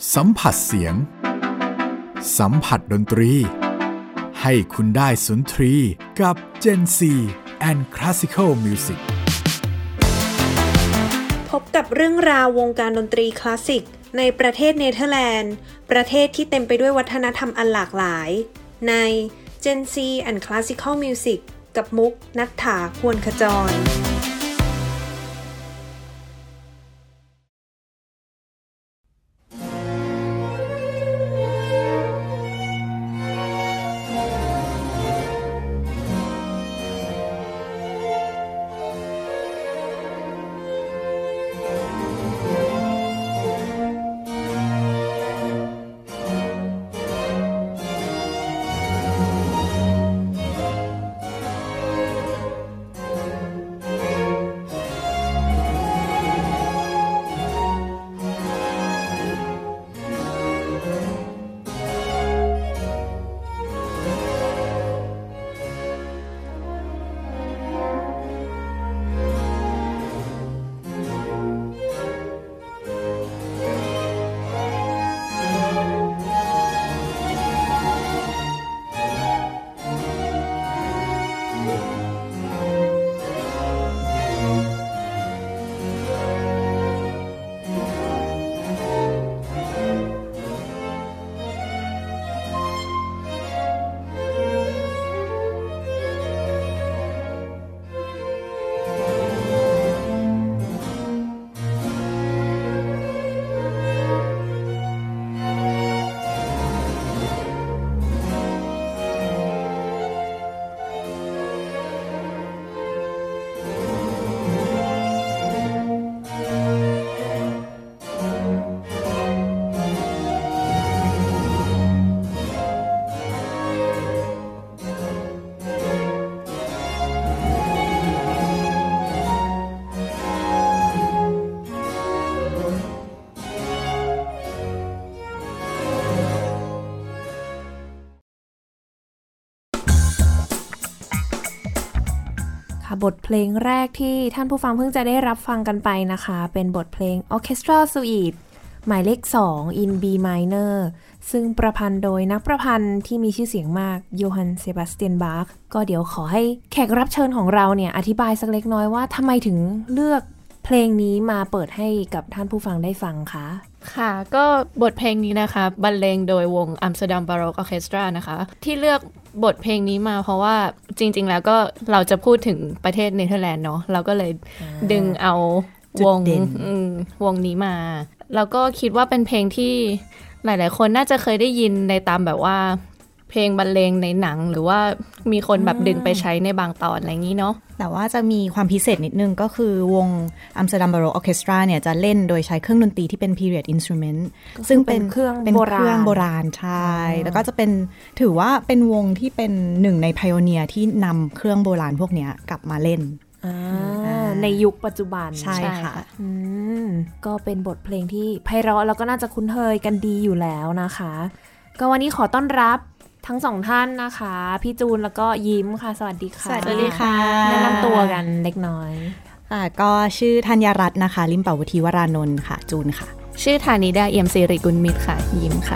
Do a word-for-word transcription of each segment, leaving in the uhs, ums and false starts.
สัมผัสเสียงสัมผัสดนตรีให้คุณได้สุนทรีกับ Gen ซี and Classical Music พบกับเรื่องราววงการดนตรีคลาสสิกในประเทศเนเธอร์แลนด์ประเทศที่เต็มไปด้วยวัฒนธรรมอันหลากหลายใน Gen ซี and Classical Music กับมุกณัฐฐา ควรขจรบทเพลงแรกที่ท่านผู้ฟังเพิ่งจะได้รับฟังกันไปนะคะเป็นบทเพลง Orchestra Suite หมายเลขสอง in B minor ซึ่งประพันธ์โดยนักประพันธ์ที่มีชื่อเสียงมากโยฮันเซบาสเตียนบาคก็เดี๋ยวขอให้แขกรับเชิญของเราเนี่ยอธิบายสักเล็กน้อยว่าทำไมถึงเลือกเพลงนี้มาเปิดให้กับท่านผู้ฟังได้ฟังคะค่ะก็บทเพลงนี้นะคะบรรเลงโดยวง Amsterdam Baroque Orchestra นะคะที่เลือกบทเพลงนี้มาเพราะว่าจริงๆแล้วก็เราจะพูดถึงประเทศเนเธอร์แลนด์เนาะเราก็เลยดึงเอาวงวงนี้มาแล้วก็คิดว่าเป็นเพลงที่หลายๆคนน่าจะเคยได้ยินในตามแบบว่าเพลงบรรเลงในหนังหรือว่ามีคนแบบดึงไปใช้ในบางตอนอะไรอย่างนี้เนาะแต่ว่าจะมีความพิเศษนิดนึงก็คือวง Amsterdam Baroque Orchestra เนี่ยจะเล่นโดยใช้เครื่องดนตรีที่เป็น period instrument ซึ่งเป็นเครื่องเป็นเครื่องโบราณใช่แล้วก็จะเป็นถือว่าเป็นวงที่เป็นหนึ่งใน pioneer ที่นำเครื่องโบราณพวกนี้กลับมาเล่นในยุคปัจจุบันใช่ค่ะก็เป็นบทเพลงที่ไพเราะแล้วก็น่าจะคุ้นเคยกันดีอยู่แล้วนะคะก็วันนี้ขอต้อนรับทั้งสองท่านนะคะพี่จูนแล้วก็ยิ้มค่ะสวัสดีค่ะสวัสดีค่ะแนะนำตัวกันเล็กน้อยค่ะก็ชื่อธัญรัตน์นะคะลิมเป่าวุฒิวรานนท์ค่ะจูนค่ะชื่อธานิดาเอี่ยมศิริกุลมิตรค่ะยิ้มค่ะ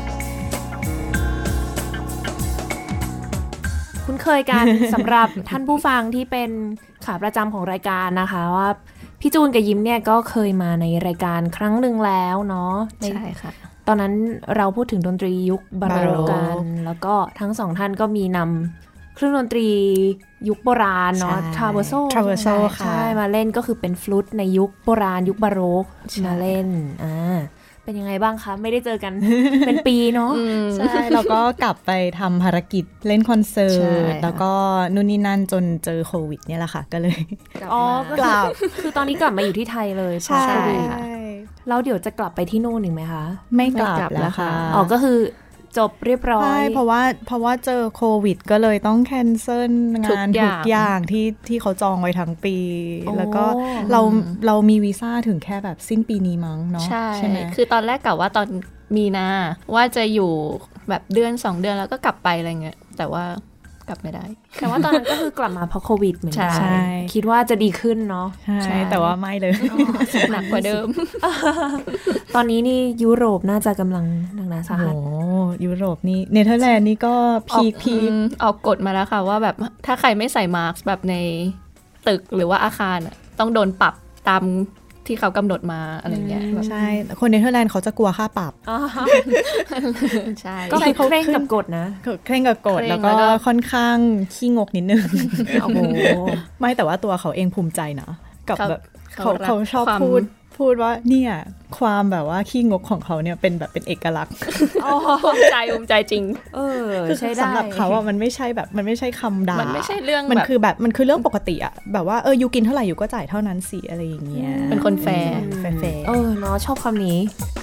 คุ้นเคยกัน สำหรับท่านผู้ฟังที่เป็นขาประจำของรายการนะคะว่าพี่จูนกับยิ้มเนี่ยก็เคยมาในรายการครั้งหนึ่งแล้วเนาะใช่ค่ะตอนนั้นเราพูดถึงดนตรียุคบาโรกกันแล้วก็ทั้งสองท่านก็มีนำเครื่องดนตรียุคโบราณเนาะทราเวอร์โซทราเวอร์โซค่ะใช่มาเล่นก็คือเป็นฟลุตในยุคโบราณยุคบาโรกมาเล่นอ่าเป็นยังไงบ้างคะไม่ได้เจอกัน เป็นปีเนาะใช่แล้วก็กลับไปทำภารกิจเล่นคอนเสิร์ตแล้วก็นู่นนี่นั่นจนเจอโควิดเนี่ยแหละค่ะก็เลยอ๋อกลับคือตอนนี้กลับมาอยู่ที่ไทยเลยใช่แล้วเดี๋ยวจะกลับไปที่นู่นอีกไหมคะไม่กลับแล้วค่ะอ๋อก็คือจบเรียบร้อยใช่เพราะว่าเพราะว่าเจอโควิดก็เลยต้องแคนเซิลงานทุกอย่างที่ที่เขาจองไว้ทั้งปีแล้วก็เราเรามีวีซ่าถึงแค่แบบสิ้นปีนี้มั้งเนาะใช่ไหมคือตอนแรกกะว่าตอนมีนาว่าจะอยู่แบบเดือนสองเดือนแล้วก็กลับไปอะไรเงี้ยแต่ว่ากลับไม่ได้แต่ว่าตอนนั้นก็คือกลับมาเพราะโควิดเหมือนกันใช่คิดว่าจะดีขึ้นเนาะใช่แต่ว่าไม่เลยหนักกว่าเดิมตอนนี้นี่ยุโรปน่าจะกำลังหนักหนาสาหัสโอ้ยุโรปนี่เนเธอร์แลนด์นี่ก็พีคพีคออกกฎมาแล้วค่ะว่าแบบถ้าใครไม่ใส่มาร์คแบบในตึกหรือว่าอาคารต้องโดนปรับตามที่เขากำหนดมาอะไรเงี้ยใช่คนเนเธอร์แลนด์เขาจะกลัวค่าปรับใช่ก็คือเคร่งกับกฎนะเคร่งกับกฎแล้วก็ค่อนข้างขี้งกนิดนึงโอ้โหไม่แต่ว่าตัวเขาเองภูมิใจนะกับแบบเขาเขาชอบพูดพูดว่าเนี่ยความแบบว่าขี้งกของเขาเนี่ยเป็นแบบเป็นเอกลักษณ์ภูมิใจภูมิใจจริงเออใช่ได้สำหรับเขาอ่ะมันไม่ใช่แบบมันไม่ใช่คำด่ามันไม่ใช่เรื่องมันคือแบบมันคือเรื่องปกติอ่ะแบบว่าเออยูกินเท่าไหร่ยูก็จ่ายเท่านั้นสิอะไรอย่างเงี้ยเป็นคนแฟร์แฟร์เออเนาะชอบคำนี้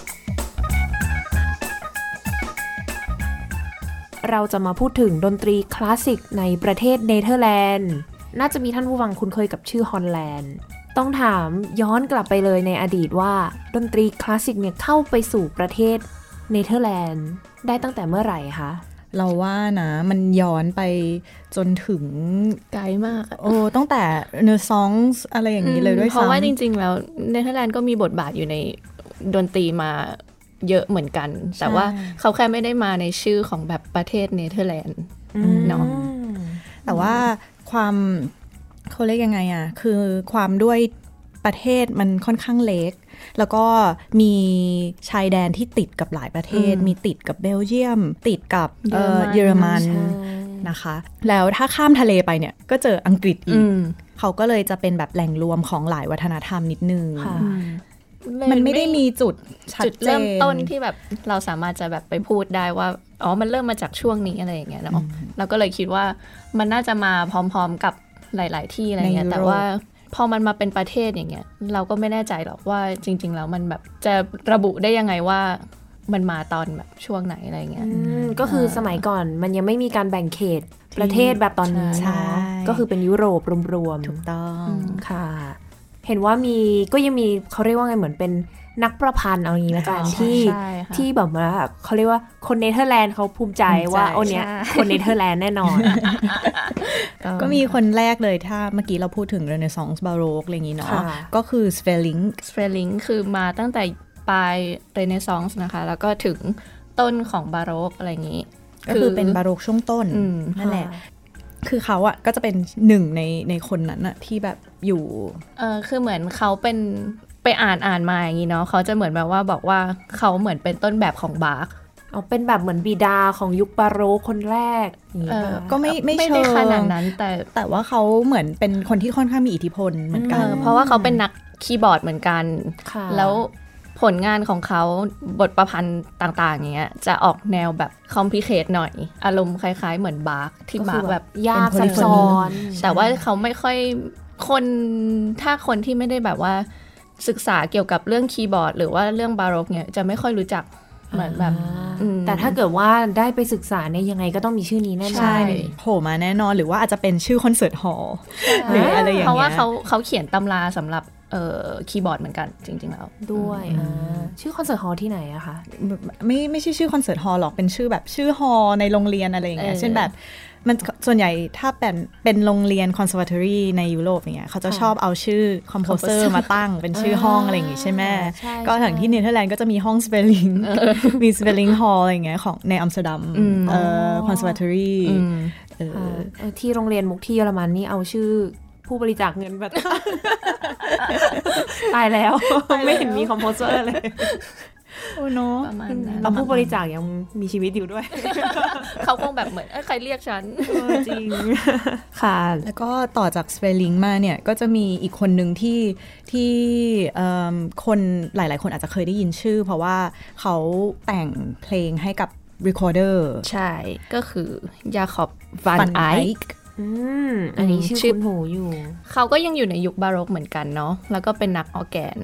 เราจะมาพูดถึงดนตรีคลาสสิกในประเทศเนเธอร์แลนด์น่าจะมีท่านผู้ฟังคุ้นเคยกับชื่อฮอลแลนด์ต้องถามย้อนกลับไปเลยในอดีตว่าดนตรีคลาสสิกเนี่ยเข้าไปสู่ประเทศเนเธอร์แลนด์ได้ตั้งแต่เมื่อไหร่คะเราว่านะมันย้อนไปจนถึงไกลมากโอ้ตั้งแต่เนอร์ซองส์อะไรอย่างนี้เลยด้วยซ้ำเพราะว่าจริงๆแล้วเนเธอร์แลนด์ก็มีบทบาทอยู่ในดนตรีมาเยอะเหมือนกันแต่ว่าเขาแค่ไม่ได้มาในชื่อของแบบประเทศเนเธอร์แลนด์เนาะแต่ว่าความเขาเรียกยังไงอ่ะคือความด้วยประเทศมันค่อนข้างเล็กแล้วก็มีชายแดนที่ติดกับหลายประเทศมีติดกับเบลเยียมติดกับเยอรมันนะคะแล้วถ้าข้ามทะเลไปเนี่ยก็เจออังกฤษอีกเขาก็เลยจะเป็นแบบแหล่งรวมของหลายวัฒนธรรมนิดนึงมันไม่ได้มีจุดจุดเริ่มต้นที่แบบเราสามารถจะแบบไปพูดได้ว่าอ๋อมันเริ่มมาจากช่วงนี้อะไรอย่างเงี้ยเนาะเราก็เลยคิดว่ามันน่าจะมาพร้อมๆกับหลายๆที่อะไรเงี้ยแต่ว่าพอมันมาเป็นประเทศอย่างเงี้ยเราก็ไม่แน่ใจหรอกว่าจริงๆแล้วมันแบบจะระบุได้ยังไงว่ามันมาตอนแบบช่วงไหนอะไรเงี้ยก็คือสมัยก่อนมันยังไม่มีการแบ่งเขตประเทศแบบตอนนี้ก็คือเป็นยุโรปรวมๆถูกต้องค่ะเห็นว่ามีก็ยังมีเขาเรียกว่าไงเหมือนเป็นนักประพันธ์เอาอย่างนี้ละกันที่ที่แบบว่าเขาเรียกว่าคนเนเธอร์แลนด์เขาภูมิใจว่าโอ้เนี้ยคนเนเธอร์แลนด์แน่นอนก็มีคนแรกเลยถ้าเมื่อกี้เราพูดถึงเรเนซองส์บาโรกอะไรอย่างนี้เนาะก็คือสเฟลิงค์สเฟลิงค์คือมาตั้งแต่ปลายเรเนซองส์นะคะแล้วก็ถึงต้นของบาโรกอะไรอย่างนี้ก็คือเป็นบาโรกช่วงต้นนั่นแหละคือเขาอะก็จะเป็นหนึ่งในในคนนั้นอะที่แบบอยู่เออคือเหมือนเขาเป็นไปอ่านอ่านมาอย่างนี้เนาะเขาจะเหมือนแบบว่าบอกว่าเขาเหมือนเป็นต้นแบบของบาร์กเอาเป็นแบบเหมือนบิดาของยุคบาโรกคนแรกเออก็ไม่ไม่ไม่ได้ขนาดนั้นแต่แต่ว่าเขาเหมือนเป็นคนที่ค่อนข้างมีอิทธิพลเหมือนกันเพราะว่าเขาเป็นนักคีย์บอร์ดเหมือนกันแล้วผลงานของเขาบทประพันธ์ต่างๆอย่างเงี้ยจะออกแนวแบบคอมพลีเคทหน่อยอารมณ์คล้ายๆเหมือนบาร์กที่บาร์กแบบยากซับซ้อนแต่ว่าเขาไม่ค่อยคนถ้าคนที่ไม่ได้แบบว่าศึกษาเกี่ยวกับเรื่องคีย์บอร์ดหรือว่าเรื่องบาโรกเนี่ยจะไม่ค่อยรู้จักเหมือนแบบแต่ถ้าเกิดว่าได้ไปศึกษาเนี่ยยังไงก็ต้องมีชื่อนี้แน่ๆใช่โผล่มาแน่นอนหรือว่าอาจจะเป็นชื่อคอนเสิร์ตฮอลล์หรืออะไรอย่างเงี้ยเพราะว่าเขาเขาเขียนตำราสำหรับเอ่อคีย์บอร์ดเหมือนกันจริงๆแล้วด้วยชื่อคอนเสิร์ตฮอลล์ที่ไหนอะคะไม่ไม่ใช่ชื่อคอนเสิร์ตฮอลล์หรอกเป็นชื่อแบบชื่อฮอลล์ในโรงเรียนอะไรอย่างเงี้ยเช่นแบบมันส่วนใหญ่ถ้าเป็นเป็นโรงเรียนคอนเสิร์ตอรีในยุโรปอย่างเงี้ยเขาจะชอบเอาชื่อคอมโพเซอร์มาตั้งเป็นชื่อห้องอะไรอย่างงี้ใช่ไหมก็อย่างที่เนเธอร์แลนด์ก็จะมีห้องสเปลลิงมีสเปลลิงฮอลล์อะไรอย่างเงี้ยของในอัมสเตอร์ดัมเอ่อคอนเสิร์ตอรีที่โรงเรียนมุกที่เยอรมันนี่เอาชื่อผู้บริจาคเงินแบบตายแล้วไม่เห็นมีคอมโพเซอร์เลยโอ้เนาะประมาณนั้นแล้วผู้บริจาคยังมีชีวิตอยู่ด้วยเขาคงแบบเหมือนใครเรียกฉันจริงค่ะแล้วก็ต่อจากสเปลิงมาเนี่ยก็จะมีอีกคนหนึ่งที่ที่คนหลายๆคนอาจจะเคยได้ยินชื่อเพราะว่าเขาแต่งเพลงให้กับ recorder ใช่ก็คือยาคอบวานไอค์อืมอันนี้ชื่อคุณหูอยู่เขาก็ยังอยู่ในยุคบาโรกเหมือนกันเนาะแล้วก็เป็นนักออร์แกน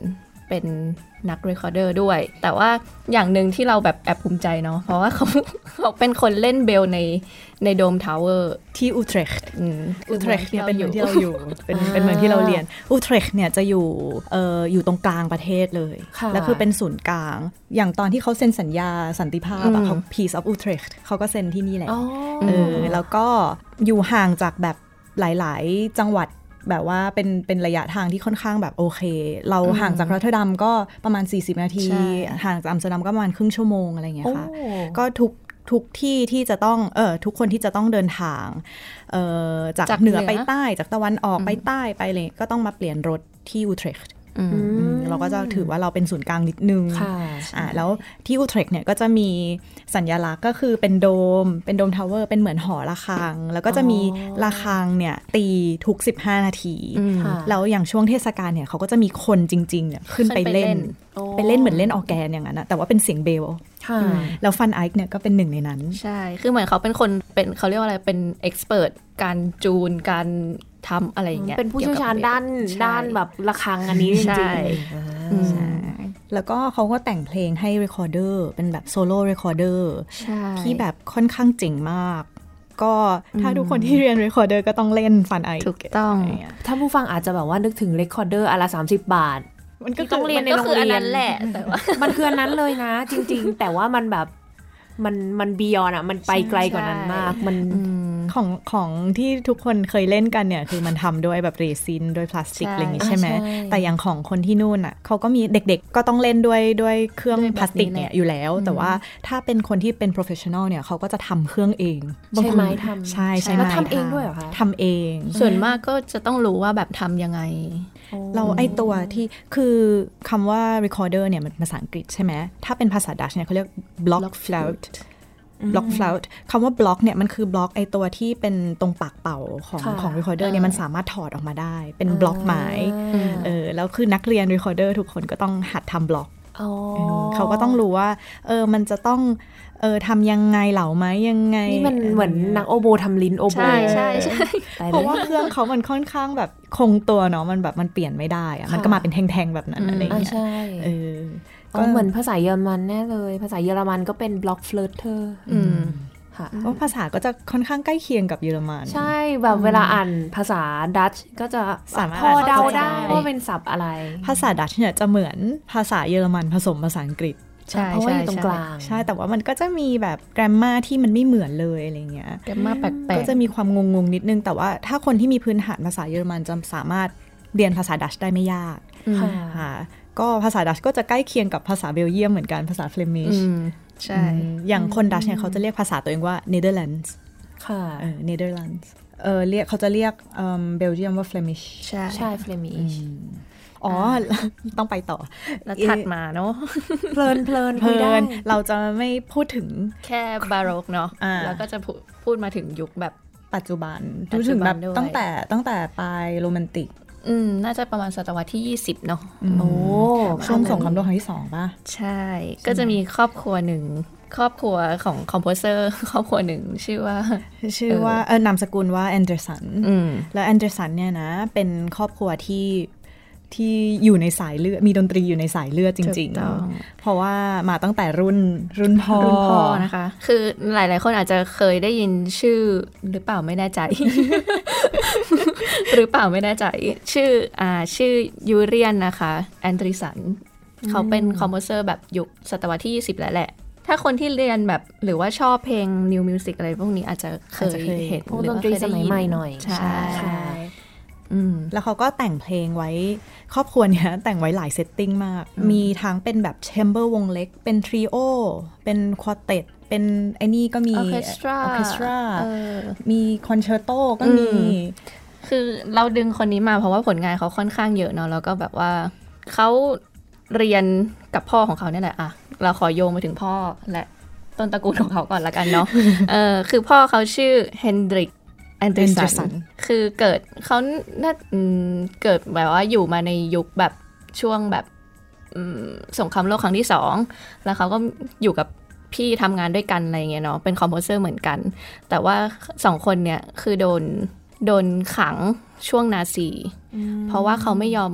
เป็นนักเรคคอร์เดอร์ด้วยแต่ว่าอย่างหนึ่งที่เราแบบแอบภูมิใจเนาะเพราะว่าเขาเขาเป็นคนเล่นเบลในในโดมทาวเวอร์ที่อูเทรคต์อูเทรคต์เนี่ยเป็นเมืองที่เราอยู่เป็นเป็นเมืองที่เราเรียนอูเทรคต์เนี่ยจะอยู่เอ่ออยู่ตรงกลางประเทศเลยแล้วคือเป็นศูนย์กลางอย่างตอนที่เขาเซ็นสัญญาสันติภาพอะเขา Peace of Utrecht เขาก็เซ็นที่นี่แหละเออแล้วก็อยู่ห่างจากแบบหลายๆจังหวัดแบบว่าเป็นเป็นระยะทางที่ค่อนข้างแบบโอเคเราห่างจากรอตเทอร์ดัมก็ประมาณสี่สิบนาทีห่างจากอัมสเตอร์ดัมก็ประมาณครึ่งชั่วโมงอะไรอย่างเงี้ยค่ะก็ทุกทุกที่ที่จะต้องเออทุกคนที่จะต้องเดินทางเอ่อจากเหนือไปใต้จากตะวันออกไปใต้ไปเลยก็ต้องมาเปลี่ยนรถที่อูเทรคต์เราก็จะถือว่าเราเป็นศูนย์กลางนิดนึงอ่าแล้วที่อูเทรคต์เนี่ยก็จะมีสัญลักษณ์ก็คือเป็นโดมเป็นโดมทาวเวอร์เป็นเหมือนหอระฆังแล้วก็จะมีระฆังเนี่ยตีทุกสิบห้านาทีแล้วอย่างช่วงเทศกาลเนี่ยเขาก็จะมีคนจริงๆเนี่ยขึ้นไปเล่นไปเล่นเหมือนเล่นออร์แกนอย่างนั้นนะแต่ว่าเป็นเสียงเบลแล้วฟันไอค์เนี่ยก็เป็นหนึ่งในนั้นใช่คือเหมือนเขาเป็นคนเป็นเขาเรียกว่าอะไรเป็นเอ็กซ์เพรสการจูนการทำอะไรอย่างเงี้ยเป็นผู้เชี่ยวชาญด้านด้านแบบระฆังอันนี้จริงๆใช่แล้วก็เขาก็แต่งเพลงให้เรคคอร์เดอร์เป็นแบบโซโล่เรคคอร์เดอร์ที่แบบค่อนข้างเจ๋งมากก็ถ้าทุกคนที่เรียนเรคคอร์เดอร์ก็ต้องเล่นฟันไอค์ถูกต้องถ้าผู้ฟังอาจจะแบบว่านึกถึงเรคคอร์เดอร์อันละสามสิบบาทมันก็ต้องเรียนในโรงเรียนแหละแต่ว่ามันคืออันนั้นเลยนะจริงๆแต่ว่ามันแบบมันมันบียอนอ่ะมันไปไกลกว่านั้นมากมันของของที่ทุกคนเคยเล่นกันเนี่ยคือมันทำด้วยแบบเรซินด้วยพลาสติกอะไรอย่างงี้ใช่ไหมแต่อย่างของคนที่นู่นอ่ะเขาก็มีเด็กๆก็ต้องเล่นด้วยด้วยเครื่องพลาสติกเนี่ยอยู่แล้วแต่ว่าถ้าเป็นคนที่เป็น professional เนี่ยเขาก็จะทำเครื่องเองใช่ไหมทำใช่ใช่ไหมทำเองด้วยเหรอคะทำเองส่วนมากก็จะต้องรู้ว่าแบบทำยังไงเราไอตัวที่คือคำว่า recorder เนี่ยมันภาษาอังกฤษใช่ไหมถ้าเป็นภาษาดัชเนี่ยเขาเรียก block flute block flute คำว่า block เนี่ยมันคือ block ไอตัวที่เป็นตรงปากเป่าของของ recorder เนี่ยมันสามารถถอดออกมาได้เป็นบล็อกไม้เออแล้วคือนักเรียน recorder ทุกคนก็ต้องหัดทำบล็อกเขาก็ต้องรู้ว่าเออมันจะต้องเออทำยังไงเหลาไหมยังไงนี่มันเหมือนนักโอโบทำลิ้นโอโบใช่ใช่ใช่เพราะว่าเครื่องเขามันค่อนข้างแบบคงตัวเนาะมันแบบมันเปลี่ยนไม่ได้อะมันก็มาเป็นแท่งๆแบบนั้นอะไรอย่างเงี้ยเออก็เหมือนภาษาเยอรมันแน่เลยภาษาเยอรมันก็เป็นบล็อกเฟลเตอร์ค่ะก็ภาษาก็จะค่อนข้างใกล้เคียงกับเยอรมันใช่แบบเวลาอ่านภาษาดัตช์ก็จะพอเดาได้ว่าเป็นศัพท์อะไรภาษาดัตช์เนี่ยจะเหมือนภาษาเยอรมันผสมภาษาอังกฤษใช่เพราะว่าอยู่ตรงกลางใช่แต่ว่ามันก็จะมีแบบแกรมมาที่มันไม่เหมือนเลยอะไรเงี้ยแกรมมาแปลกๆก็จะมีความงงๆนิดนึงแต่ว่าถ้าคนที่มีพื้นฐานภาษาเยอรมันจะสามารถเรียนภาษาดัตช์ได้ไม่ยากค่ะก็ภาษาดัตช์ก็จะใกล้เคียงกับภาษาเบลเยียมเหมือนกันภาษาเฟลมิชใช่อย่างคนดัตช์เนี่ยเขาจะเรียกภาษาตัวเองว่าเนเธอร์แลนด์ค่ะเออเนเธอร์แลนด์เออเรียกเขาจะเรียกเบลเยียมว่าเฟลมิชใช่ใช่เฟลมิชอ๋อต้องไปต่อแล้วถัดมาเนาะเพลินเพลินเพลินเราจะไม่พูดถึงแค่บาโรกเนาะแล้วก็จะพูดมาถึงยุคแบบปัจจุบันพูดถึงแบบตั้งแต่ตั้งแต่ปลายโรแมนติกอืมน่าจะประมาณศตวรรษที่ยี่สิบเนาะโอ้ช่วงสงครามโลกครั้งที่สองป่ะใช่ก็จะมีครอบครัวหนึ่งครอบครัวของคอมโพเซอร์ครอบครัวหนึ่งชื่อว่าชื่อว่าเออนามสกุลว่าแอนเดอร์สันแล้วแอนเดอร์สันเนี่ยนะเป็นครอบครัวที่ที่อยู่ในสายเลือดมีดนตรีอยู่ในสายเลือดจริงๆเพราะว่ามาตั้งแต่รุ่นรุ่นพ่อรุ่นพ่อนะคะคือหลายๆคนอาจจะเคยได้ยินชื่อหรือเปล่าไม่แน่ใจ หรือเปล่าไม่แน่ใจชื่ออ่าชื่อยูเรียนนะคะแอนดริสันเขาเป็นคอมโพเซอร์แบบยุคศตวรรษที่ยี่สิบแล้วแหละถ้าคนที่เรียนแบบหรือว่าชอบเพลง New Music อะไรพวกนี้อาจจะเคยเห็นหรือว่าเคยได้ยินสมัยใหม่หน่อยใช่แล้วเขาก็แต่งเพลงไว้ครอบครัวเนี้ยแต่งไว้หลายเซตติ้งมากมีทั้งเป็นแบบแชมเบอร์วงเล็กเป็นทริโอเป็นควอเต็ตเป็นไอ้นี่ก็มีออเคสตราออเคสตรามีคอนแชร์โตก็มีคือเราดึงคนนี้มาเพราะว่าผลงานเขาค่อนข้างเยอะเนาะแล้วก็แบบว่าเขาเรียนกับพ่อของเขาเนี่ยแหละอะเราขอโยงมาถึงพ่อและต้นตระกูลของเขาก่อนละกันเนาะเออคือพ่อเขาชื่อเฮนดริกแอนเดอร์สันคือเกิดเขาน่าเกิดแบบว่าอยู่มาในยุคแบบช่วงแบบสงครามโลกครั้งที่สองแล้วเขาก็อยู่กับพี่ทำงานด้วยกันอะไรเงี้ยเนาะเป็นคอมโพเซอร์เหมือนกันแต่ว่าสองคนเนี่ยคือโดนโดนขังช่วงนาซีเพราะว่าเขาไม่ยอม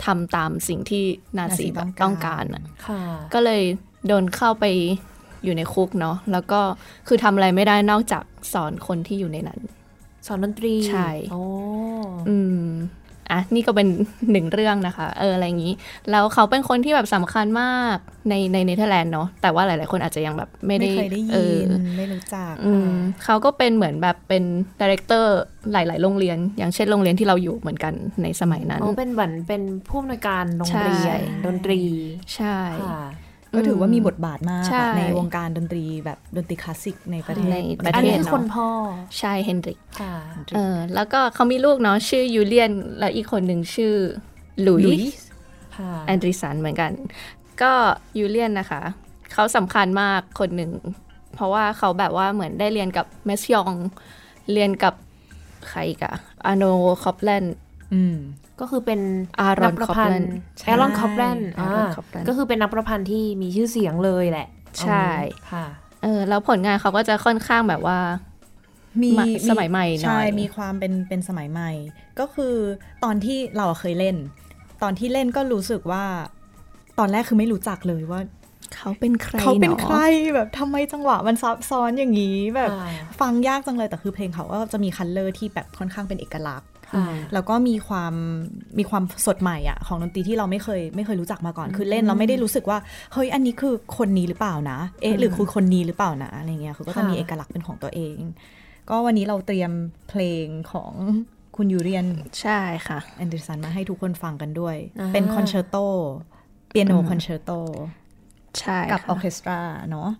ทำตามสิ่งที่นาซีต้องการอ่ะก็เลยโดนเข้าไปอยู่ในคุกเนาะแล้วก็คือทำอะไรไม่ได้นอกจากสอนคนที่อยู่ในนั้นสอนดนตรีใช่โอ้อืมอ่ะนี่ก็เป็นหนึ่งเรื่องนะคะเอออะไรอย่างนี้แล้วเขาเป็นคนที่แบบสำคัญมากในในเนเธอร์แลนด์เนาะแต่ว่าหลายๆคนอาจจะยังแบบไม่ได้ไม่เคยได้ยินไม่รู้จักเขาก็เป็นเหมือนแบบเป็นดีเรคเตอร์หลายๆโรงเรียนอย่างเช่นโรงเรียนที่เราอยู่เหมือนกันในสมัยนั้นอ๋อเป็นเหมือนเป็นผู้อำนวยการโรงเรียนดนตรีใช่ก็ถือว่ามีบทบาทมากในวงการดนตรีแบบดนตรีคลาสสิกในประเทศอันนี้คือคนพ่อใช่เฮนริกเออแล้วก็เขามีลูกเนาะชื่อยูเลียนแล้วอีกคนหนึ่งชื่อลุยส์แอนดริสันเหมือนกันก็ยูเลียนนะคะเขาสำคัญมากคนหนึ่งเพราะว่าเขาแบบว่าเหมือนได้เรียนกับเมสยองเรียนกับใครอีกอะอาโนคอปแลนด์ก็คือเป็นนักประพันธ์แอรอนคอปแลนด์ก็คือเป็นนักประพันธ์ที่มีชื่อเสียงเลยแหละใช่ค่ะเออแล้วผลงานเขาก็จะค่อนข้างแบบว่ามีสมัยใหม่หน่อยใช่มีความเป็นเป็นสมัยใหม่ก็คือตอนที่เราเคยเล่นตอนที่เล่นก็รู้สึกว่าตอนแรกคือไม่รู้จักเลยว่าเขาเป็นใครเขาเป็นใครแบบทำไมจังหวะมันซับซ้อนอย่างนี้แบบฟังยากจังเลยแต่คือเพลงเขาก็จะมีคัลเลอร์ที่แบบค่อนข้างเป็นเอกลักษณ์แล้วก็มีความมีความสดใหม่อ่ะของดนตรีที่เราไม่เคยไม่เคยรู้จักมาก่อนคือเล่นเราไม่ได้รู้สึกว่าเฮ้ยอันนี้คือคนนี้หรือเปล่านะเอ๊ะหรือคือคนนี้หรือเปล่านะอะไรเงี้ยคือก็จะมีเอกลักษณ์เป็นของตัวเองก็วันนี้เราเตรียมเพลงของคุณยูเรียนใช่ค่ะแอนเดอร์สันมาให้ทุกคนฟังกันด้วยเป็นคอนแชร์โตเปียโนคอนแชร์โตใช่กับออร์เคสตราเนาะ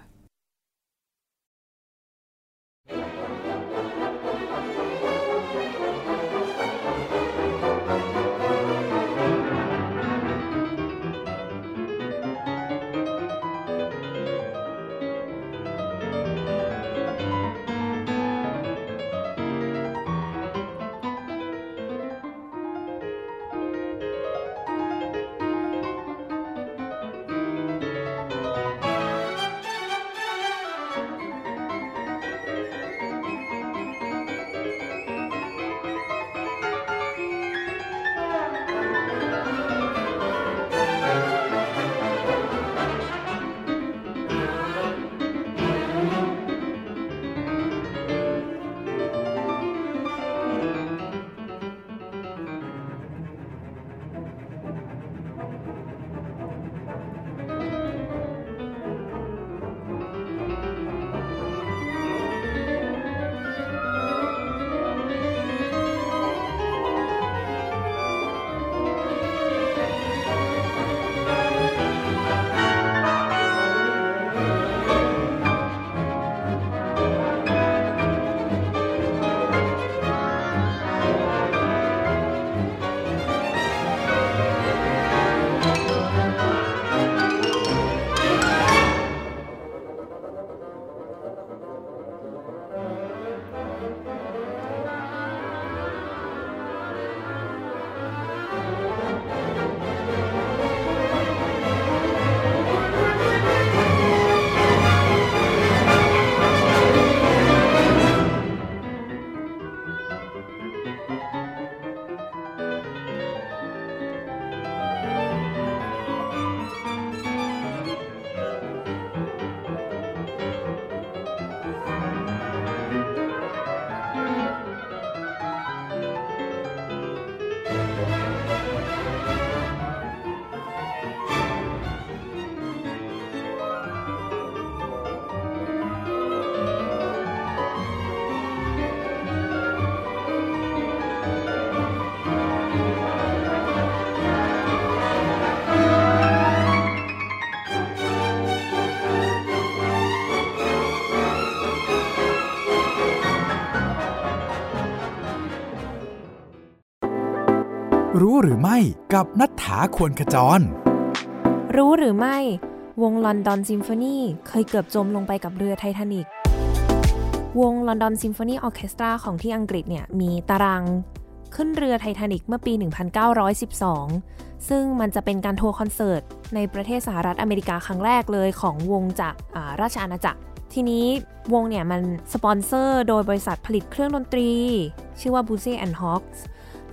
รู้หรือไม่กับณัฐฐา ควรขจรรู้หรือไม่วงลอนดอนซิมโฟนีเคยเกือบจมลงไปกับเรือไททานิกวงลอนดอนซิมโฟนีออร์เคสตราของที่อังกฤษเนี่ยมีตารางขึ้นเรือไททานิกเมื่อปีหนึ่งพันเก้าร้อยสิบสองซึ่งมันจะเป็นการทัวร์คอนเสิร์ตในประเทศสหรัฐอเมริกาครั้งแรกเลยของวงจากราชอาณาจักรทีนี้วงเนี่ยมันสปอนเซอร์โดยบริษัทผลิตเครื่องดนตรีชื่อว่า Boozy and Hawkes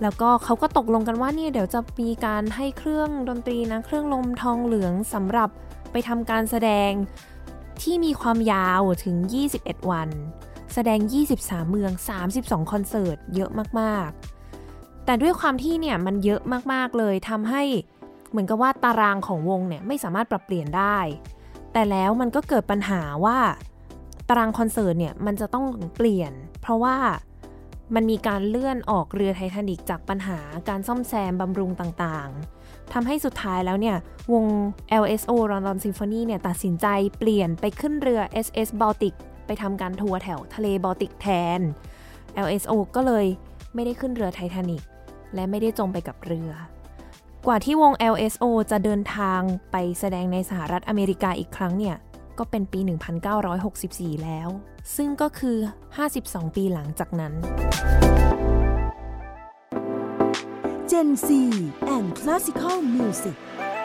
แล้วก็เขาก็ตกลงกันว่าเนี่ยเดี๋ยวจะมีการให้เครื่องดนตรีนะเครื่องลมทองเหลืองสำหรับไปทำการแสดงที่มีความยาวถึงยี่สิบเอ็ดวันแสดงยี่สิบสามเมืองสามสิบสองคอนเสิร์ตเยอะมากๆแต่ด้วยความที่เนี่ยมันเยอะมากๆเลยทำให้เหมือนกับว่าตารางของวงเนี่ยไม่สามารถปรับเปลี่ยนได้แต่แล้วมันก็เกิดปัญหาว่าตารางคอนเสิร์ตเนี่ยมันจะต้องเปลี่ยนเพราะว่ามันมีการเลื่อนออกเรือไททานิคจากปัญหาการซ่อมแซมบำรุงต่างๆทำให้สุดท้ายแล้วเนี่ยวง แอล เอส โอ London Symphony เนี่ยตัดสินใจเปลี่ยนไปขึ้นเรือ เอส เอส Baltic ไปทำการทัวร์แถวทะเลบอลติกแทน แอล เอส โอ ก็เลยไม่ได้ขึ้นเรือไททานิคและไม่ได้จมไปกับเรือกว่าที่วง แอล เอส โอ จะเดินทางไปแสดงในสหรัฐอเมริกาอีกครั้งเนี่ยก็เป็นปี หนึ่งพันเก้าร้อยหกสิบสี่ แล้วซึ่งก็คือห้าสิบสองปีหลังจากนั้น Gen Z and Classical Music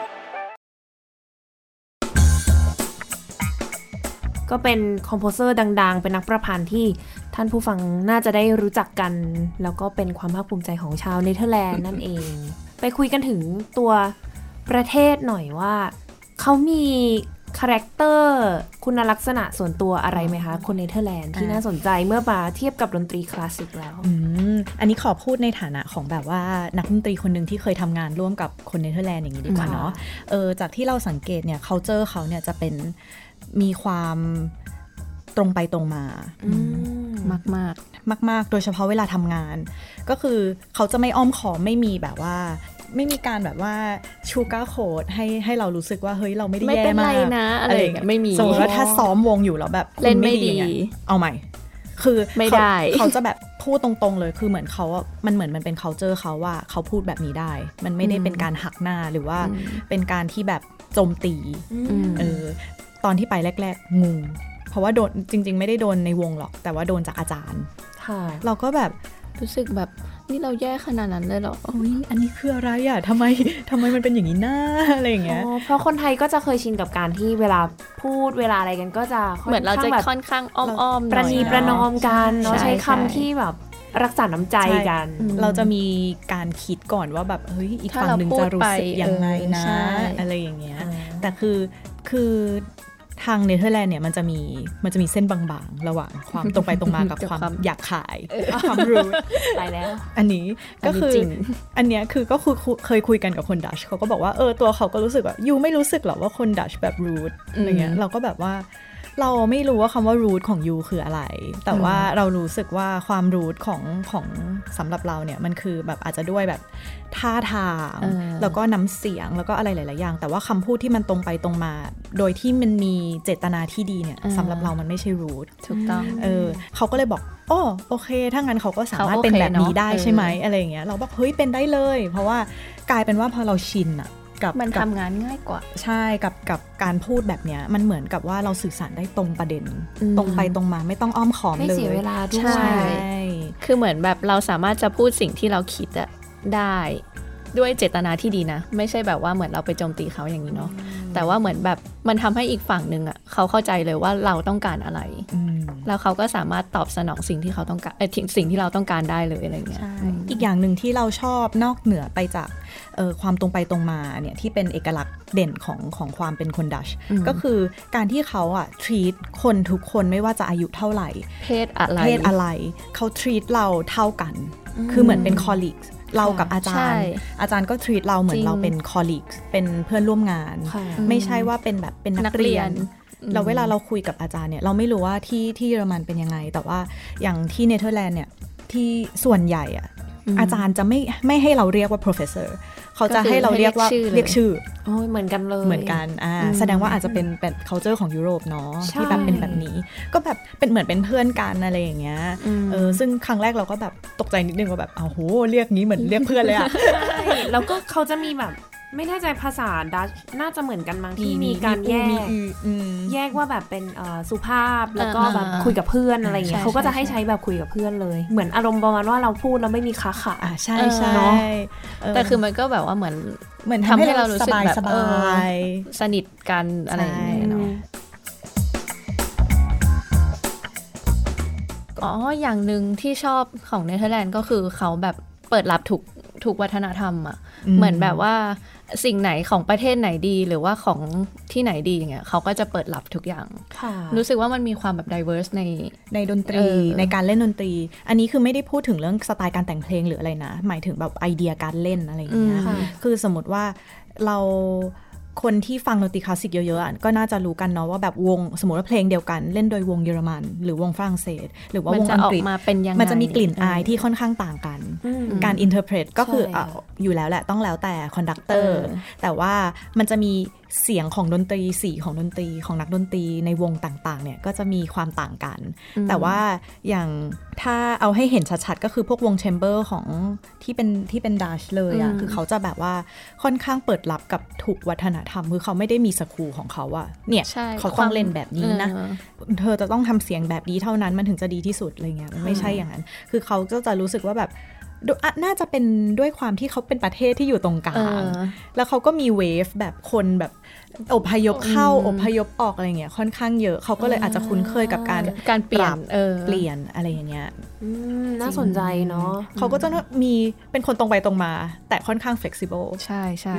ก็เป็นคอมโพเซอร์ดังๆเป็นนักประพันธ์ที่ท่านผู้ฟังน่าจะได้รู้จักกันแล้วก็เป็นความภาคภูมิใจของชาวเนเธอร์แลนด์นั่นเองไปคุยกันถึงตัวประเทศหน่อยว่าเขามีคาแรคเตอร์คุณลักษณะส่วนตัวอะไรไหมคะคนเนเธอร์แลนด์ที่น่าสนใจเมื่อมาเทียบกับดนตรีคลาสสิกแล้วอืมอันนี้ขอพูดในฐานะของแบบว่านักดนตรีคนหนึ่งที่เคยทำงานร่วมกับคนเนเธอร์แลนด์อย่างนี้ดีกว่าเนาะเออจากที่เราสังเกตเนี่ย culture เขาเนี่ยจะเป็นมีความตรงไปตรงมามากมากมากมากโดยเฉพาะเวลาทำงานก็คือเขาจะไม่อ้อมขอมไม่มีแบบว่าไม่มีการแบบว่าชูการ์โค้ดให้ให้เรารู้สึกว่าเฮ้ยเราไม่ได้แย่มากไม่เป็นไรนะอะไรอย่างเงี้ยไม่มีสมมติว่าถ้าซ้อมวงอยู่แล้วแบบเล่นไม่ดีเอาใหม่คือไม่ได้เขาจะแบบพูดตรงๆเลยคือเหมือนเขามันเหมือนมันเป็น culture เขาว่าเขาพูดแบบนี้ได้มันไม่ได้เป็นการหักหน้าหรือว่าเป็นการที่แบบโจมตีเออตอนที่ไปแรกๆงงเพราะว่าโดนจริงๆไม่ได้โดนในวงหรอกแต่ว่าโดนจากอาจารย์เราก็แบบรู้สึกแบบนี่เราแย่ขนาดนั้นเลยเหรอโอ้ยอันนี้คืออะไรอ่ะทำไมทำไมมันเป็นอย่างนี้หน้าอะไรอย่างเงี้ยเพราะคนไทยก็จะเคยชินกับการที่เวลาพูดเวลาอะไรกันก็จะเหมือนเราจะค่อนข้างอ้อมๆประนีประนอมกันเนาะใช้คำที่แบบรักษาน้ำใจกันเราจะมีการคิดก่อนว่าแบบเฮ้ยอีกฝั่งหนึ่งจะรู้สึกยังไงนะอะไรอย่างเงี้ยแต่คือคือทางเนเธอร์แลนด์เนี่ยมันจะมีมันจะมีเส้นบางๆระหว่างความตรงไปตรงมากับความอยากขายความรูทไปแล้วอันนี้ก็คืออันเนี้ยคือก็คือเคยคุยกันกับคนดัชเขาก็บอกว่าเออตัวเขาก็รู้สึกว่ายูไม่รู้สึกหรอว่าคนดัชแบบรูทอะไรเงี้ยเราก็แบบว่าเราไม่รู้ว่าคำว่า root ของยูคืออะไรแต่ว่าเรารู้สึกว่าความ root ของของสำหรับเราเนี่ยมันคือแบบอาจจะด้วยแบบท่าทางแล้วก็น้ำเสียงแล้วก็อะไรหลายๆอย่างแต่ว่าคำพูดที่มันตรงไปตรงมาโดยที่มันมีเจตนาที่ดีเนี่ยสำหรับเรามันไม่ใช่ root ถูกต้องเออเขาก็เลยบอกโอ้โอเคถ้างั้นเขาก็สามารถเป็นแบบนี้ได้ใช่ไหมอะไรอย่างเงี้ยเราบอกเฮ้ยเป็นได้เลยเพราะว่ากลายเป็นว่าพอเราชินอะมันทำงานง่ายกว่าใช่กับกับการพูดแบบเนี้ยมันเหมือนกับว่าเราสื่อสารได้ตรงประเด็นตรงไปตรงมาไม่ต้องอ้อมค้อมเลยไม่เสียเวลาด้วยใช่คือเหมือนแบบเราสามารถจะพูดสิ่งที่เราคิดอะได้ด้วยเจตนาที่ดีนะไม่ใช่แบบว่าเหมือนเราไปโจมตีเขาอย่างนี้เนาะแต่ว่าเหมือนแบบมันทำให้อีกฝั่งนึงอะเขาเข้าใจเลยว่าเราต้องการอะไรแล้วเขาก็สามารถตอบสนองสิ่งที่เขาต้องการเออสิ่งที่เราต้องการได้เลยอะไรเงี้ยอีกอย่างหนึ่งที่เราชอบนอกเหนือไปจากความตรงไปตรงมาเนี่ยที่เป็นเอกลักษณ์เด่นของของความเป็นคนดัชก็คือการที่เขาอะ treat คนทุกคนไม่ว่าจะอายุเท่าไหร่เพศอะไรเพศอะไรเขา treat เราเท่ากันคือเหมือนเป็น colleaguesเรากับอาจารย์อาจารย์ก็ treat เราเหมือนเราเป็น colleagues เป็นเพื่อนร่วมงานไม่ใช่ว่าเป็นแบบเป็นนักเรียนเราเวลาเราคุยกับอาจารย์เนี่ยเราไม่รู้ว่าที่ที่เยอรมันเป็นยังไงแต่ว่าอย่างที่เนเธอร์แลนด์เนี่ยที่ส่วนใหญ่อะอาจารย์จะไม่ไม่ให้เราเรียกว่า professor เขาจะให้เราเรียกว่าเรียกชื่อโอ้ยเหมือนกันเลยเหมือนกันอ่าแสดงว่าอาจจะเป็นเป็น culture ของยุโรปเนาะที่แบบเป็นแบบนี้ก็แบบเป็นเหมือนเป็นเพื่อนกันอะไรอย่างเงี้ยเออซึ่งครั้งแรกเราก็แบบตกใจนิดนึงว่าแบบอ้าวโหเรียกงี้เหมือนเรียกเพื่อนเลยอะใช่แล้วก็เขาจะมีแบบไม่แน่ใจภาษาดัชน่าจะเหมือนกันมั้งที่มีการแยกแยกว่าแบบเป็นสุภาพแล้วก็แบบคุยกับเพื่อนอะไรเงี้ยเขาก็จะให้ใช้แบบคุยกับเพื่อนเลยเหมือนอารมณ์ประมาณว่าเราพูดแล้วไม่มีค้าขาอ่าใช่ใช่เนาะแต่คือมันก็แบบว่าเหมือนเหมือนทำให้เรารู้สึกแบบสนิทกันอะไรอย่างเงี้ยเนาะอ๋ออย่างนึงที่ชอบของเนเธอร์แลนด์ก็คือเขาแบบเปิดรับทุกทุกวัฒนธรรมอ่ะเหมือนแบบว่าสิ่งไหนของประเทศไหนดีหรือว่าของที่ไหนดีอย่างเงี้ยเขาก็จะเปิดรับทุกอย่างรู้สึกว่ามันมีความแบบ diverse ในในดนตรีในการเล่นดนตรีอันนี้คือไม่ได้พูดถึงเรื่องสไตล์การแต่งเพลงหรืออะไรนะหมายถึงแบบไอเดียการเล่นอะไรอย่างเงี้ยคือสมมติว่าเราคนที่ฟังดนตรีคลาสสิกเยอะๆก็น่าจะรู้กันเนาะว่าแบบวงสมมติว่าเพลงเดียวกันเล่นโดยวงเยอรมันหรือวงฝรั่งเศสหรือว่าวงอังกฤษมันจะมีกลิ่นอายที่ค่อนข้างต่างกันการอินเทอร์เพรตก็คืออยู่แล้วแหละต้องแล้วแต่คอนดักเตอร์แต่ว่ามันจะมีเสียงของดนตรีสีของดนตรีของนักดนตรีในวงต่างๆเนี่ยก็จะมีความต่างกันแต่ว่าอย่างถ้าเอาให้เห็นชัดๆก็คือพวกวงแชมเบอร์ของที่เป็นที่เป็นดัชเลยอ่ะคือเขาจะแบบว่าค่อนข้างเปิดรับกับทุกวัฒนธรรมคือเขาไม่ได้มีสคูลของเขาอะเนี่ยเขาต้องเล่นแบบนี้นะเธอจะต้องทำเสียงแบบนี้เท่านั้นมันถึงจะดีที่สุดอะไรเงี้ยมันไม่ใช่อย่างนั้นคือเขาก็จะรู้สึกว่าแบบน่าจะเป็นด้วยความที่เขาเป็นประเทศที่อยู่ตรงกลางแล้วเขาก็มีเวฟแบบคนแบบอพยพเข้าอพยพออกอะไรเงี้ยค่อนข้างเยอะเขาก็เลยอาจจะคุ้นเคยกับการการเปลี่ยนเออเปลี่ยนอะไรอย่างเงี้ยน่าสนใจเนาะเขาก็จะมีเป็นคนตรงไปตรงมาแต่ค่อนข้าง flexible ใช่ใช่